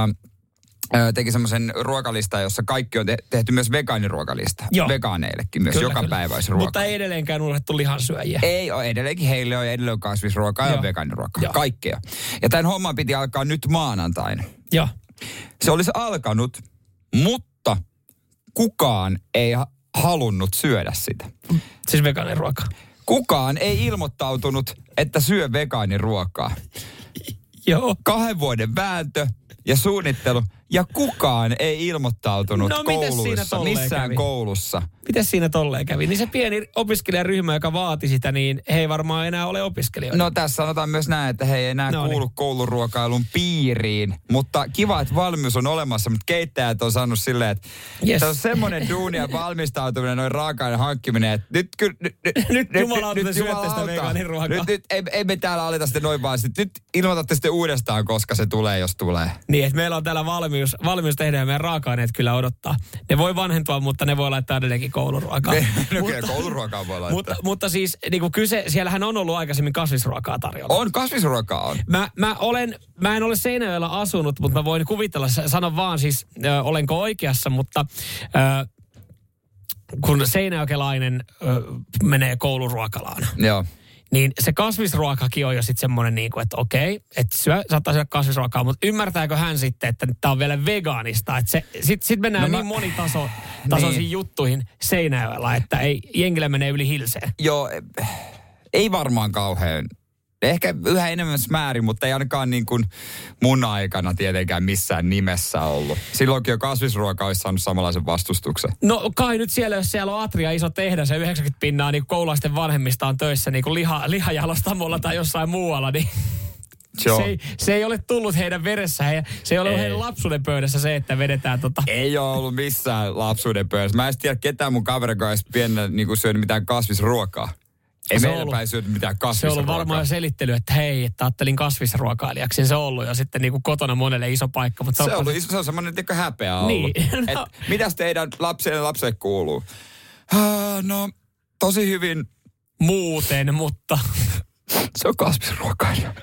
teki semmoisen ruokalistan, jossa kaikki on tehty myös vegaaniruokalista. Joo. Vegaaneillekin myös, kyllä, jokapäiväisruokaa. Mutta ei edelleenkään unohdettu lihansyöjiä. Ei ole, edelleenkin heille on edelleen kasvisruokaa ja vegaaniruokaa. Joo. Kaikkea. Ja tämän homman piti alkaa nyt maanantaina. Joo. Se olisi alkanut, mutta kukaan ei halunnut syödä sitä. Siis vegaaniruokaa. Kukaan ei ilmoittautunut, että syö vegaaniruokaa. Joo. 2 vuoden vääntö ja suunnittelu. Ja kukaan ei ilmoittautunut kouluissa, missään koulussa. Miten siinä tolleen kävi? Niin se pieni opiskelijaryhmä, joka vaati sitä, niin he ei varmaan enää ole opiskelijoita. No tässä sanotaan myös näin, että he ei enää kuulu kouluruokailun piiriin. Mutta kiva, että valmius on olemassa, mutta keittäjät on saanut silleen, että se on semmoinen duuni ja valmistautuminen, noin raaka-aineen hankkiminen, että nyt jumalauta te syötte sitä vegaaniruokaa. Nyt ei me täällä aleta sitten noin vaan. Nyt ilmoitatte sitten uudestaan, koska se tulee, jos tulee. Niin, että meillä on täällä valmius tehdä ja meidän raaka-aineet kyllä odottaa. Ne voi vanhentua, mutta ne voi laittaa edelleenkin kouluruokaa. Kyllä, kouluruokaa voi laittaa. Mutta siis niin kuin kyse, siellähän on ollut aikaisemmin kasvisruokaa tarjolla. On, kasvisruokaa on. Mä en ole Seinäjoella asunut, mutta mä voin kuvitella, sanon vaan siis, olenko oikeassa, mutta kun seinäjokelainen menee kouluruokalaan. Joo. Niin se kasvisruokakin on jo sitten semmoinen, niin kuin, että okei, että saattaa syödä kasvisruokaa, mutta ymmärtääkö hän sitten, että tämä on vielä vegaanista? Että sitten mennään niin monitasoisiin juttuihin Seinäjoella, että jengillä menee yli hilseen. Joo, ei varmaan kauhean. Ehkä yhä enemmän määrin, mutta ei ainakaan niin kuin mun aikana tietenkään missään nimessä ollut. Silloinkin jo kasvisruoka olisi saanut samanlaisen vastustuksen. No kai nyt siellä, jos siellä on Atria iso tehdas ja 90% niin koululaisten vanhemmista on töissä niin kuin lihajalostamolla tai jossain muualla, niin se ei ole tullut heidän veressä. Se ei ole ollut heidän lapsuuden pöydässä se, että vedetään Ei ole ollut missään lapsuuden pöydässä. Mä en tiedä ketään mun kaverika olisi pienenä niin syönyt mitään kasvisruokaa. Ei meillä päin syöty mitään kasvisruokaa. Se on ollut varmaan selittely, että hei, että ajattelin kasvisruokailijaksi. Se on ollut jo sitten niin kuin kotona monelle iso paikka. Mutta se on semmoinen häpeä ollut. Niin. No. Mitäs teidän lapsille kuuluu? No, tosi hyvin. Muuten, mutta se on kasvisruokailija.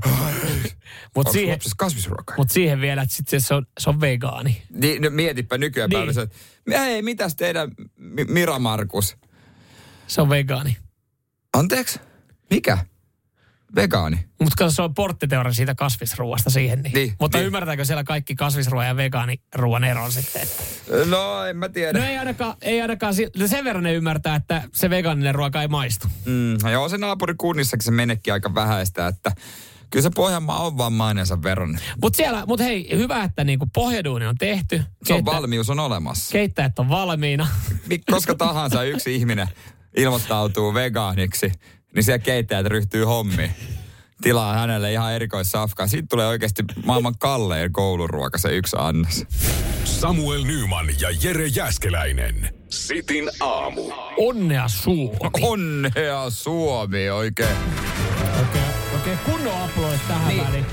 Onko lapsessa kasvisruokailija? Mutta siihen vielä, että sitten se on vegaani. Niin, no mietipä nykyään päivässä, että hei, mitäs teidän Mira Markus? Se on vegaani. Anteeksi? Mikä? Vegaani? Mutta kato, se on porttiteoria siitä kasvisruuasta siihen. Niin. Mutta ymmärtääkö siellä kaikki kasvisruoan ja vegaaniruuan eron sitten? Että? No, en mä tiedä. No ei ainakaan sen verran ne ymmärtää, että se vegaaninen ruoka ei maistu. Joo, se naapurikunnissakin se menekin aika vähäistä, että kyllä se Pohjanmaa on vaan maineensa verran. Mutta hei, hyvä, että niinku pohjaduuni on tehty. Valmius on olemassa. Keittäjät on valmiina. Koska tahansa yksi ihminen ilmoittautuu vegaaniksi, niin siellä keittäjät ryhtyy hommiin. Tilaa hänelle ihan erikoissafkaa. Siitä tulee oikeasti maailman kallein kouluruoka, se yksi annos. Samuel Nyman ja Jere Jääskeläinen. Cityn aamu. Onnea Suomi. Onnea Suomi, oikein. Okei, kunnon aplodit tähän väliin.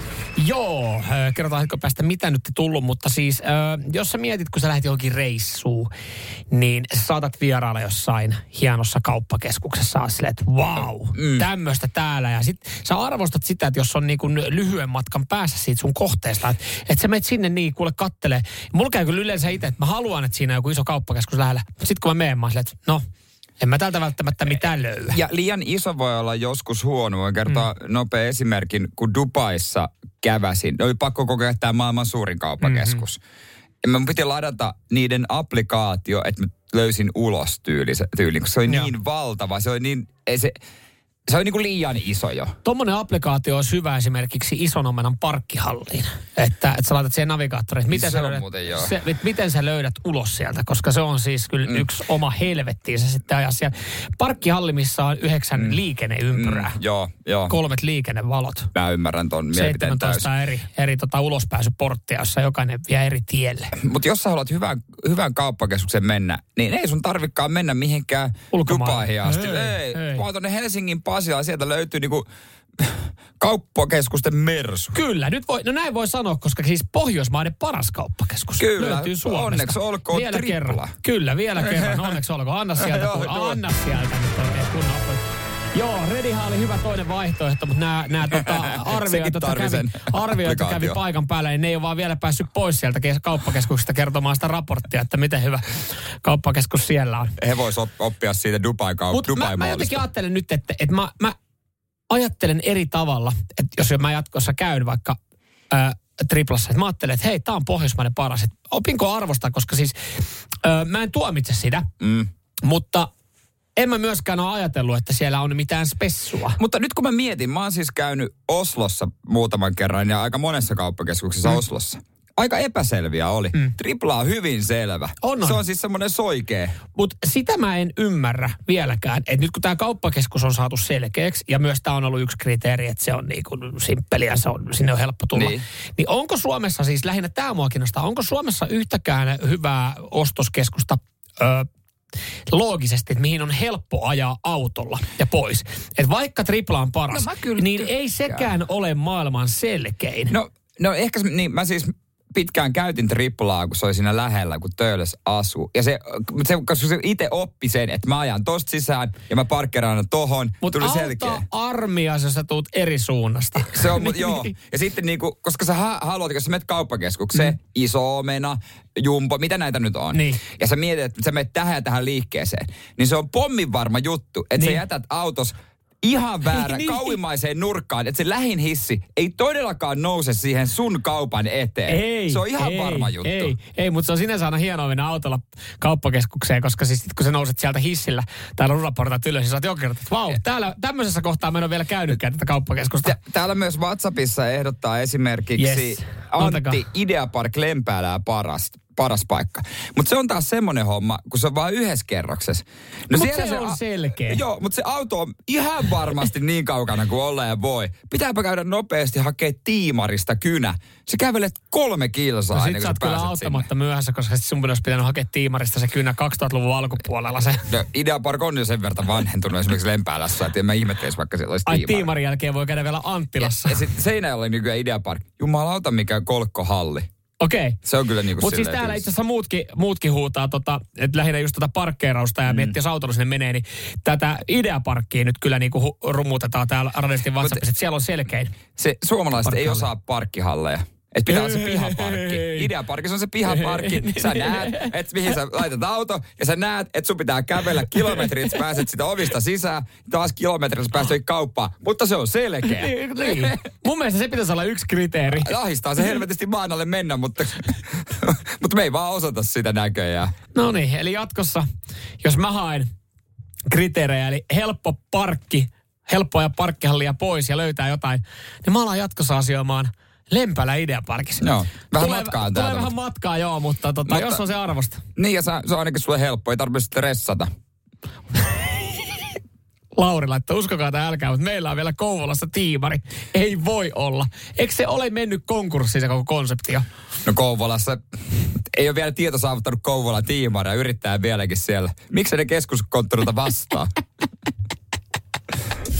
Joo, kerrotaan hetken päästä mitä nyt tullut, mutta siis jos sä mietit, kun sä lähdet johonkin reissuun, niin saatat vierailla jossain hienossa kauppakeskuksessa silleen, että vau, tämmöistä täällä. Ja sit sä arvostat sitä, että jos on niin kuin lyhyen matkan päässä siitä sun kohteesta, että sä menet sinne niin, kuule kattelee. Mulla käy kyllä yleensä itse, että mä haluan, että siinä on joku iso kauppakeskus lähellä. Sitten kun mä menen, mä silleen, että no, en mä täältä välttämättä mitään löyä. Ja liian iso voi olla joskus huono. Voin kertoa nopea esimerkin, kun Dubaissa käväsin. Oli pakko kokea tämä maailman suurin kauppakeskus. Ja mä piti ladata niiden applikaatio, että mä löysin ulos tyyliin, koska se oli niin valtava. Se oli niin, se oli niin kuin liian iso jo. Tuommoinen applikaatio on hyvä esimerkiksi ison omenan parkkihalliin. Että sä laitat siihen navigaattoriin, miten sä löydät ulos sieltä, koska se on siis kyllä yksi oma helvettiinsä sitten ajaa siellä. Parkkihalli, missä on 9 liikenneympyrää. Joo. 3 liikennevalot. Mä ymmärrän ton mielipiteen täysin. 17 eri ulospääsyporttia, jossa jokainen vie eri tielle. Mutta jos sä haluat hyvän kauppakeskuksen mennä, niin ei sun tarvikaan mennä mihinkään Dubaihin asti. Ei. Vaan tonne Helsingin Pasilaan, sieltä löytyy niinku kauppakeskusten mersu. Kyllä, näin voi sanoa, koska siis Pohjoismaiden paras kauppakeskus kyllä, löytyy Suomesta. Onneksi olkoon vielä tripla. Kerran. Kyllä, vielä kerran, onneksi olkoon. Anna sieltä nyt oikein kunnon. Joo, Redihan oli hyvä toinen vaihtoehto, mutta nämä arvioita kävi paikan päällä, niin ne ei ole vaan vielä päässyt pois sieltä kauppakeskuksesta kertomaan sitä raporttia, että miten hyvä kauppakeskus siellä on. He vois oppia siitä Dubai-mallista. Mutta mä jotenkin ajattelen nyt, että mä ajattelen eri tavalla, että jos mä jatkossa käyn vaikka triplassa, että mä ajattelen, että hei, tää on Pohjoismaiden paras. Et opinko arvostaa, koska siis mä en tuomitse sitä, mutta en mä myöskään ole ajatellut, että siellä on mitään spessua. Mutta nyt kun mä mietin, mä oon siis käynyt Oslossa muutaman kerran ja aika monessa kauppakeskuksessa Oslossa. Aika epäselviä oli. Tripla on hyvin selvä. On. Se on siis semmoinen soikee. Mutta sitä mä en ymmärrä vieläkään, että nyt kun tämä kauppakeskus on saatu selkeäksi, ja myös tämä on ollut yksi kriteeri, että se on niin kuin simppeli ja sinne on helppo tulla. Niin onko Suomessa siis, lähinnä tämä mua kiinnostaa, onko Suomessa yhtäkään hyvää ostoskeskusta loogisesti, että mihin on helppo ajaa autolla ja pois. Että vaikka tripla on paras, niin ei sekään ole maailman selkein. No ehkä, niin mä siis pitkään käytin triplaa, kun se oli siinä lähellä, kun Töölös asuu. Ja koska se itse oppi sen, että mä ajan tosta sisään ja mä parkkeraan tohon. Mutta auta armias, jos sä tuut eri suunnasta. Se on, joo. Ja sitten niinku, koska sä haluat, jos sä menet kauppakeskukseen, Iso Omena, Jumbo, mitä näitä nyt on. Niin. Ja sä mietit, että sä menet tähän ja tähän liikkeeseen. Niin se on pommin varma juttu, että sä jätät autos ihan väärä, kauimmaiseen nurkkaan, että se lähin hissi ei todellakaan nouse siihen sun kaupan eteen. Se on ihan varma juttu. Ei, mutta se on sinänsä aina hienoa mennä autolla kauppakeskukseen, koska siis kun sä nouset sieltä hissillä täällä rulaportaat ylös, niin sä oot jokin kertaa, että vau, täällä tämmöisessä kohtaa mä en ole vielä käynytkään tätä kauppakeskusta. Täällä myös WhatsAppissa ehdottaa esimerkiksi Antti Ideapark Lempäälää paras paikka. Mutta se on taas semmoinen homma, kun se on vaan yhdessä kerroksessa. No mutta se on selkeä. Joo, mutta se auto on ihan varmasti niin kaukana kuin olla ja voi. Pitääpä käydä nopeasti hakea Tiimarista kynä. Se kävelet 3 kilsaa ennen kuin sä pääset kyllä auttamatta myöhässä, koska sun olisi pitänyt hakea Tiimarista se kynä 2000-luvun alkupuolella. Se. No, Ideapark on jo sen verran vanhentunut esimerkiksi Lempäälässä, että en mä ihmettelisi, vaikka siellä olisi Tiimari. Tiimarin jälkeen voi käydä vielä Anttilassa. Ja sitten Seinäjoella oli nykyään Ideapark. Jumalauta, mikä kolkkohalli. Okei. Se on kyllä niinku mutta siis täällä itse asiassa muutkin huutaa, että lähinnä just parkkeerausta ja miettii, jos autolla sinne menee, niin tätä Ideaparkkia nyt kyllä niinku rummutetaan täällä radistin WhatsAppissa, että siellä on selkein. Se suomalaiset ei osaa parkkihalleja. Että pitää olla se pihaparkki. Ideaparkissa on se pihaparkki. Sä näet, että mihin sä laitat auto, ja sä näet, että sun pitää kävellä kilometrit, että pääset sitä ovista sisään, taas kilometrillä pääset kauppaan. Mutta se on selkeä. Niin. Mun mielestä se pitäisi olla yksi kriteeri. Ahistaa se helvetisti maan alle mennä, mutta me ei vaan osata sitä näköjään. No niin, eli jatkossa, jos mä haen kriteerejä, eli helppo ja parkkihallia pois ja löytää jotain, niin mä alan jatkossa asioimaan Lempälä Ideaparkissa. Joo, vähän matkaa täältä. Tulee vähän matkaa, joo, mutta jos on se arvosta. Niin, ja se on ainakin sulle helppo, ei tarvitse stressata. Lauri laittoi, uskokaa tai älkää, mutta meillä on vielä Kouvolassa Tiimari. Ei voi olla. Eikö se ole mennyt konkurssiin se koko konsepti jo? No Kouvolassa ei ole vielä tieto saavuttanut Kouvolan Tiimaria, yrittää vieläkin siellä. Miksi ne keskuskonttorilta vastaa?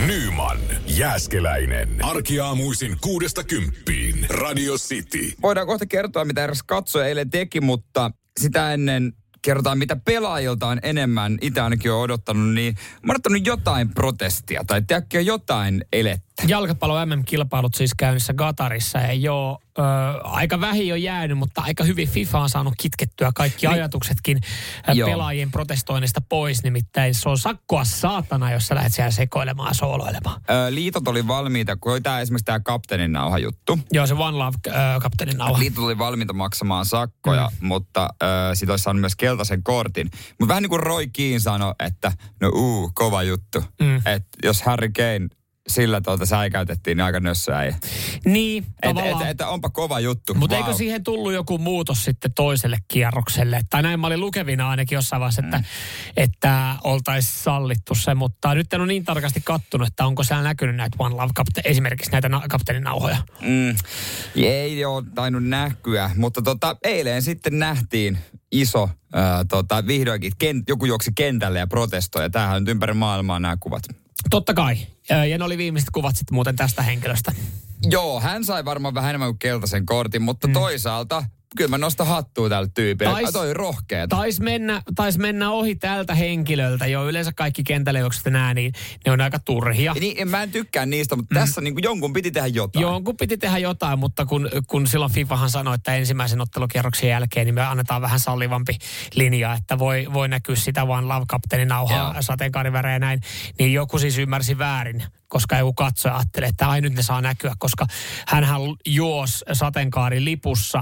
Nyman, Jääskeläinen. Arkiaamuisin 6–10. Radio City. Voidaan kohta kertoa, mitä eräs katsoja eilen teki, mutta sitä ennen kerrotaan, mitä pelaajilta on enemmän. Itse ainakin on odottanut, niin mä oon odottanut jotain protestia tai tiedätkö jotain elettä. Jalkapallo MM-kilpailut siis käynnissä Qatarissa ja joo, aika vähin on jäänyt, mutta aika hyvin FIFA on saanut kitkettyä kaikki ajatuksetkin pelaajien protestoinnista pois. Nimittäin se on sakkoa saatana, jos sä lähdet siellä sekoilemaan ja sooloilemaan. Liitot oli valmiita, kun oli esimerkiksi tämä kapteenin nauha juttu. Joo, se One Love kapteenin nauha. Liitot oli valmiita maksamaan sakkoja, mutta sit olisi saanut myös keltaisen kortin. Mutta vähän niin kuin Roy Keane sanoi, että kova juttu. Että jos Harry Kane sillä säikäytettiin, niin aika nössöäjä. Niin, tavallaan. Että onpa kova juttu. Mutta eikö siihen tullut joku muutos sitten toiselle kierrokselle? Tai näin mä olin lukevina ainakin jossain vaiheessa, että oltaisiin sallittu se. Mutta nyt en ole niin tarkasti kattunut, että onko siellä näkynyt näitä One Love esimerkiksi näitä kapteenin nauhoja. Ei ole tainnut näkyä, mutta eilen sitten nähtiin iso, vihdoinkin joku juoksi kentälle ja protestoi. Ja tämähän on ympäri maailmaa nämä kuvat. Totta kai. Ja ne oli viimeiset kuvat sitten muuten tästä henkilöstä. Joo, hän sai varmaan vähän enemmän kuin keltaisen kortin, mutta toisaalta kyllä mä nostan hattua tälle tyypille. Toi on rohkeeta. Tais mennä ohi tältä henkilöltä. Joo, yleensä kaikki kentäleukset nää, niin ne on aika turhia. Niin, mä en tykkää niistä, mutta tässä niin kuin jonkun piti tehdä jotain. Jonkun piti tehdä jotain, mutta kun silloin FIFAhan sanoi, että ensimmäisen ottelukierroksen jälkeen, niin me annetaan vähän sallivampi linja, että voi näkyä sitä One Love kapteenin nauhaa, sateenkaarivärejä ja näin. Niin joku siis ymmärsi väärin, koska joku katsoja ajattelee, että ai nyt ne saa näkyä, koska hänhän juosi sateenkaarilipussa,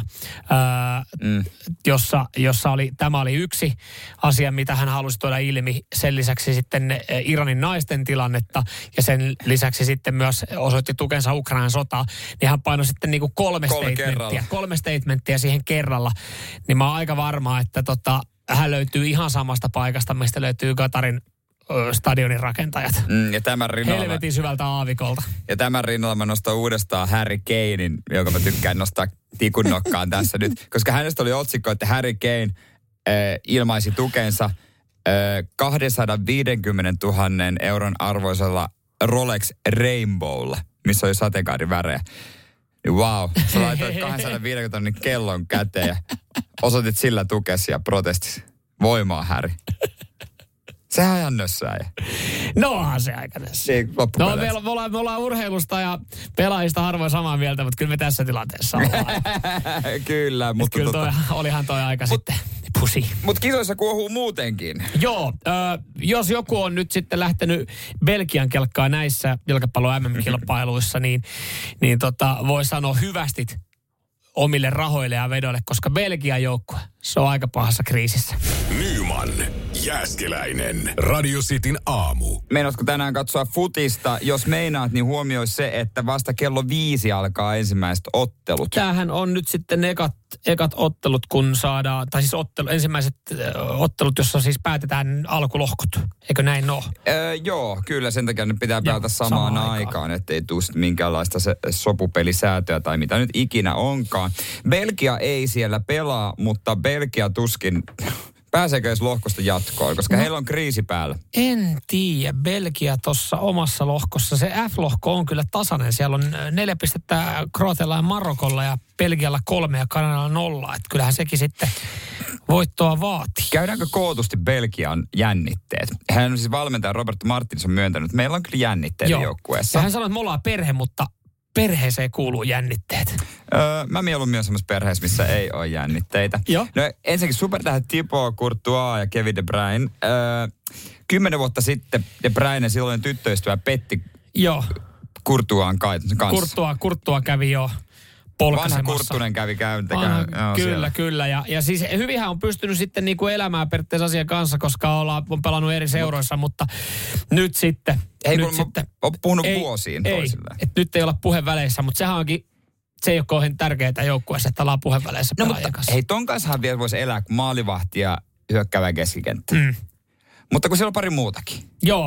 jossa tämä oli yksi asia, mitä hän halusi tuoda ilmi. Sen lisäksi sitten Iranin naisten tilannetta ja sen lisäksi sitten myös osoitti tukensa Ukrainan sotaa. Niin hän painoi sitten niin kuin kolme statementtia siihen kerralla. Niin mä oon aika varma, että hän löytyy ihan samasta paikasta, mistä löytyy Qatarin stadionin rakentajat. Ja tämän rinnalla helvetin syvältä aavikolta. Ja tämän rinnalla mä nostan uudestaan Harry Kanein, joka mä tykkään nostaa tikun nokkaan tässä nyt. Koska hänestä oli otsikko, että Harry Kane ilmaisi tukensa 250 000 euron arvoisella Rolex Rainbowlla, missä oli sateenkaarivärejä. Wow, sä laitoit 250 000 kellon käteen ja osoitit sillä tukesi ja protestisi. Voimaa, Harry. Sehän on ihan nössääjä. No onhan se aika nössääjä. No me ollaan urheilusta ja pelaajista harvoin samaa mieltä, mutta kyllä me tässä tilanteessa ollaan. Kyllä, mutta kyllä olihan toi aika sitten pusi. Mutta kisoissa kuohuu muutenkin. Joo, jos joku on nyt sitten lähtenyt Belgian kelkkaan näissä jalkapallon MM-kilpailuissa, niin voi sanoa hyvästit omille rahoille ja vedoille, koska Belgian joukkue, se on aika pahassa kriisissä. Nyman, Jääskeläinen, Radio Cityn aamu. Meinaatko tänään katsoa futista? Jos meinaat, niin huomioi se, että vasta kello 5 alkaa ensimmäiset ottelut. Tämähän on nyt sitten ekat ottelut, kun saadaan, tai siis ensimmäiset ottelut, jossa siis päätetään alkulohkot. Eikö näin ole? Joo, kyllä sen takia ne pitää pelata samaan aikaan, ettei tule minkäänlaista sopupelisäätöä tai mitä nyt ikinä onkaan. Belgia ei siellä pelaa, mutta Belgia tuskin pääseekö edes lohkosta jatkoon, koska heillä on kriisi päällä. En tiedä. Belgia tuossa omassa lohkossa. Se F-lohko on kyllä tasainen. Siellä on 4 pistettä Kroatialla ja Marokolla ja Belgialla 3 ja Kanadalla 0. Että kyllähän sekin sitten voittoa vaatii. Käydäänkö kootusti Belgian jännitteet? Hän on siis valmentaja Roberto Martins on myöntänyt, että meillä on kyllä jännitteitä joukkueessa. Ja hän sanoi, että me ollaan perhe, mutta perheeseen kuuluu jännitteet. Mä mieluummin myös semmoisessa perheessä, missä ei ole jännitteitä. Joo. No ensinnäkin supertähdet Thibaut Courtois ja Kevin De Bruyne. 10 vuotta sitten De Bruyne silloin tyttöystävä petti Courtoisin kanssa. Courtois kävi jo polkaisemassa. Vanha Kurttunen kävi Kyllä. Ja siis hyvinhän on pystynyt sitten niinku elämään periaatteessa asian kanssa, koska on pelannut eri seuroissa, mutta nyt sitten. On puhunut vuosiin toisilleen. Nyt ei olla puheväleissä, mutta sehän onkin, se ei ole kauhean tärkeää joukkueessa, että ollaan puheväleissä pelaajien kanssa. Hei, ton kanssahan vielä voisi elää, kun maalivahti ja hyökkäävä keskikenttä. Mutta kun siellä on pari muutakin. Joo.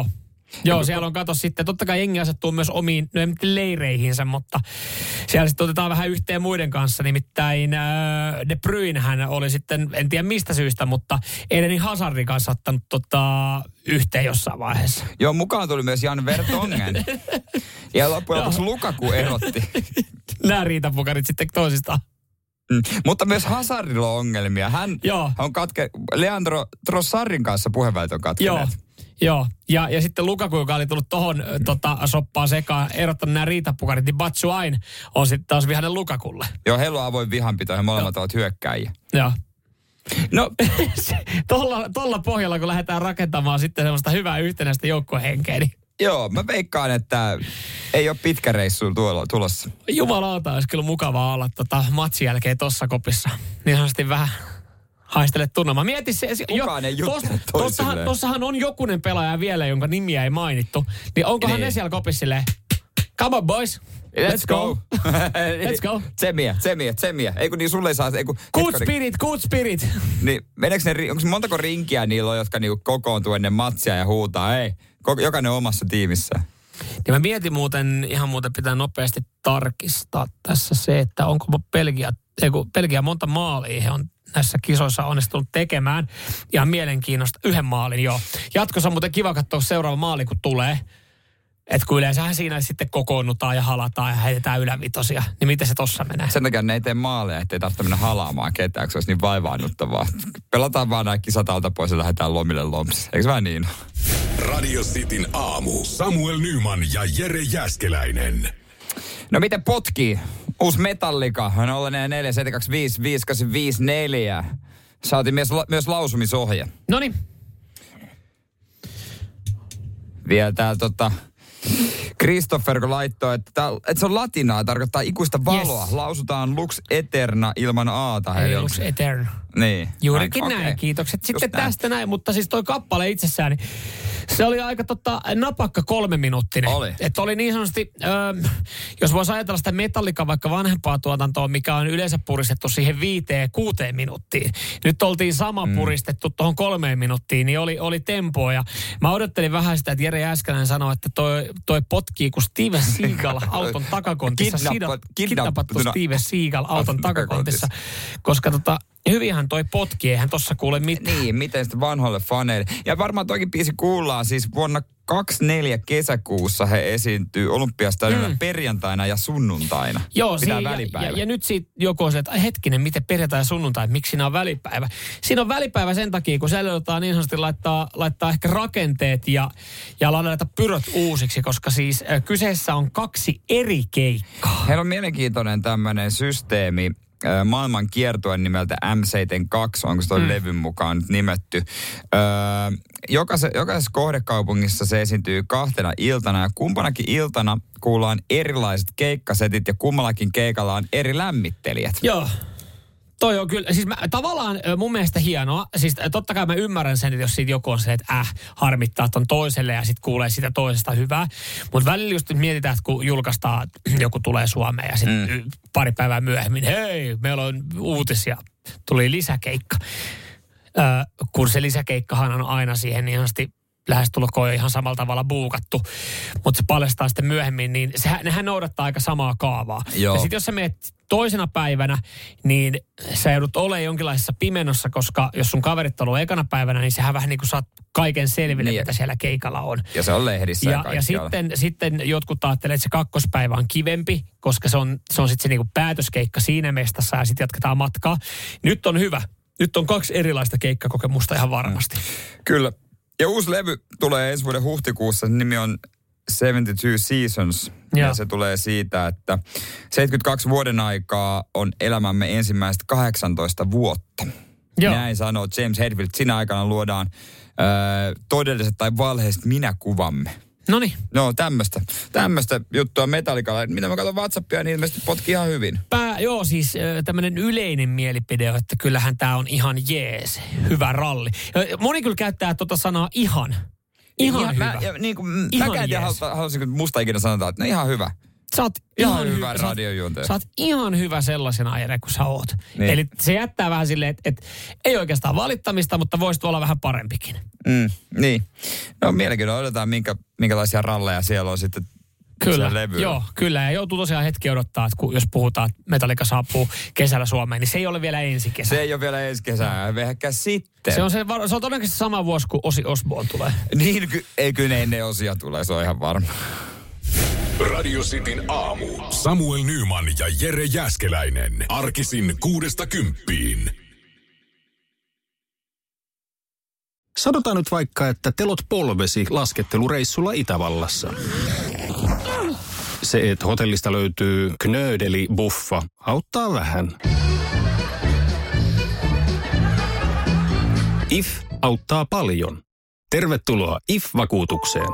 Joo, siellä on kato sitten, totta kai jengi asettuu myös omiin leireihinsä, mutta siellä sitten otetaan vähän yhteen muiden kanssa. Nimittäin De Bruynehän oli sitten, en tiedä mistä syystä, mutta Eden Hazardin kanssa ottanut yhteen jossain vaiheessa. Joo, mukaan tuli myös Jan Vertonghen. Ja loppujen lopuksi Lukaku erotti. Nämä riitapukarit sitten toisistaan. Mutta myös Hazardilla on ongelmia. Hän on Leandro Trossardin kanssa puheenvälit on katkeneet. Joo, ja sitten Lukaku, joka oli tullut tohon soppaan sekaan, erottanut nämä riitapukarit, niin Batshuayi on sitten taas vihainen Lukakulle. Joo, heillä on avoin vihanpito ja molemmat ovat hyökkäjiä. Joo. No, tolla pohjalla, kun lähdetään rakentamaan sitten semmoista hyvää yhtenäistä joukkuehenkeä, niin... Joo, mä veikkaan, että ei ole pitkä reissu tulossa. Jumalauta, olisi kyllä mukavaa olla matsin jälkeen tossa kopissa. Niin sanotusti vähän haistele tunnelmaa. Mieti se. Kukaan ei juttele toisilleen. Tossahan on jokunen pelaaja vielä, jonka nimiä ei mainittu. Niin onkohan ne siellä kopissa silleen, come on boys, let's go. Let's go. Tsemiä. Ei kun niin sulle ei saa... Good spirit. Niin, onko montako rinkiä niillä on, jotka niinku kokoontuu ennen matsia ja huutaa, ei, jokainen omassa tiimissä. Niin mä mietin ihan muuten pitää nopeasti tarkistaa tässä se, että onko Belgia monta maalia he on näissä kisoissa onnistunut tekemään. Ihan mielenkiinnosta. Yhden maalin, joo. Jatkossa on muuten kiva katsoa seuraava maali, kun tulee. Että kun yleensähän siinä sitten kokoonnutaan ja halataan ja heitetään ylävitosia, niin miten se tossa menee? Sen takia ne ei tee maaleja, ettei tarvitse mennä halaamaan ketään, kun se olisi niin vaivaannuttavaa. Pelataan vaan nämä kisat alta pois ja lähdetään lomille lompsissa. Eikö se vähän niin? Radio Cityn aamu. Samuel Nyman ja Jere Jääskeläinen. No miten potkii? Uusi Metallica, 044 725 5854. Saatiin myös lausumisohje. Noniin. Vielä täällä Christopher, kun laittoi, että se on latinaa, tarkoittaa ikuista valoa. Yes. Lausutaan lux eterna ilman aata. Eli lux eterna. Niin. Juurikin näin, kiitokset. Sitten tästä näin, mutta siis toi kappale itsessään, niin se oli aika napakka 3-minuuttinen. Oli. Että oli niin sanotusti, jos voisi ajatella sitä Metallica vaikka vanhempaa tuotantoa, mikä on yleensä puristettu siihen 5-6 minuuttiin. Nyt oltiin sama puristettu tuohon 3 minuuttiin, niin oli tempoa. Ja mä odottelin vähän sitä, että Jere Jääskeläinen sanoi, että toi potkii kuin Steven Seagal auton takakontissa. Kidnappattu Steven Seagal auton takakontissa. Koska hyvinhän toi potki, eihän tossa kuule mitään. Niin, miten sitten vanhoille faneille. Ja varmaan toikin biisi kuullaan siis vuonna 24 kesäkuussa he esiintyy Olympiastadionilla perjantaina ja sunnuntaina. Joo, välipäivä. Ja nyt siitä joku on se, että hetkinen, miten perjantai ja sunnuntai, miksi siinä on välipäivä? Siinä on välipäivä sen takia, kun säilytetään niin sanotusti laittaa ehkä rakenteet ja laittaa pyröt uusiksi, koska siis kyseessä on 2 eri keikkaa. Heillä on mielenkiintoinen tämmöinen systeemi. Maailman kiertuen nimeltä M72, onko se toi levyn mukaan nyt nimetty. Jokaisessa kohdekaupungissa se esiintyy 2 iltana ja kumpanakin iltana kuullaan erilaiset keikkasetit ja kummallakin keikalla on eri lämmittelijät. Joo. Toi on kyllä, siis tavallaan mun mielestä hienoa, siis totta kai mä ymmärrän sen, että jos siitä joku on se, että harmittaa ton toiselle ja sitten kuulee sitä toisesta hyvää. Mutta välillä just mietitään, että kun julkaistaan, joku tulee Suomeen ja sitten pari päivää myöhemmin, hei, meillä on uutisia, tuli lisäkeikka. Kun se lisäkeikkahan on aina siihen niin lähestulkoon ihan samalla tavalla buukattu, mutta se paljastaa sitten myöhemmin, niin nehän noudattaa aika samaa kaavaa. Joo. Ja sitten jos sä menet toisena päivänä, niin sä joudut olemaan jonkinlaisessa pimennossa, koska jos sun kaverit on ollut ekana päivänä, niin sehän vähän niin kuin saat kaiken selville, mitä siellä keikalla on. Ja se on lehdissä ja sitten jotkut ajattelee, että se 2. päivä on kivempi, koska se on sitten se niin kuin päätöskeikka siinä mestassa ja sitten jatketaan matkaa. Nyt on hyvä. Nyt on 2 erilaista keikkakokemusta ihan varmasti. Kyllä. Ja uusi levy tulee ensi vuoden huhtikuussa. Nimi on 72 Seasons. Ja se tulee siitä, että 72 vuoden aikaa on elämämme ensimmäiset 18 vuotta. Joo. Näin sanoo James Hetfield. Siinä aikana luodaan todelliset tai valheiset minäkuvamme. Noniin. No tämmöistä juttua Metallicalla. Mitä mä katson WhatsAppia, niin ilmeisesti potki ihan hyvin. Joo, siis tämmöinen yleinen mielipide, että kyllähän tää on ihan jees. Hyvä ralli. Moni kyllä käyttää sanaa ihan. Ihan hyvä. Mäkään en tiedä, haluaisinko musta ikinä sanotaan, että ihan hyvä. sä oot ihan hyvä radiojuontaja. Sä oot ihan hyvä sellaisena, Jere, kun sä oot. Niin. Eli se jättää vähän silleen, että ei oikeastaan valittamista, mutta voisit olla vähän parempikin. Niin. No mielenkiintoista, odotetaan minkälaisia ralleja siellä on sitten. Kyllä, joo, kyllä. Ja joutuu tosiaan hetki odottaa, että jos puhutaan, että Metallica saapuu kesällä Suomeen, niin se ei ole vielä ensi kesä. Se ei ole vielä ensi kesää, ehkä sitten. Se on todennäköisesti sama vuosi, kun Ozzy Osbourne tulee. Niin, kyllä ne ennen Osia tulee, se on ihan varma. Radio Cityn aamu. Samuel Nyman ja Jere Jääskeläinen. Arkisin 6–10. Sanotaan nyt vaikka, että telot polvesi laskettelureissulla Itävallassa. Se, että hotellista löytyy knöydeli-buffa, auttaa vähän. IF auttaa paljon. Tervetuloa IF-vakuutukseen.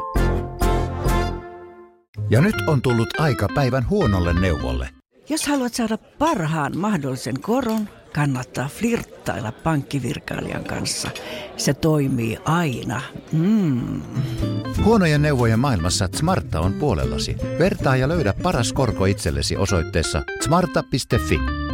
Ja nyt on tullut aika päivän huonolle neuvolle. Jos haluat saada parhaan mahdollisen koron, kannattaa flirttailla pankkivirkailijan kanssa. Se toimii aina. Huonojen neuvojen maailmassa Smarta on puolellasi. Vertaa ja löydä paras korko itsellesi osoitteessa smarta.fi.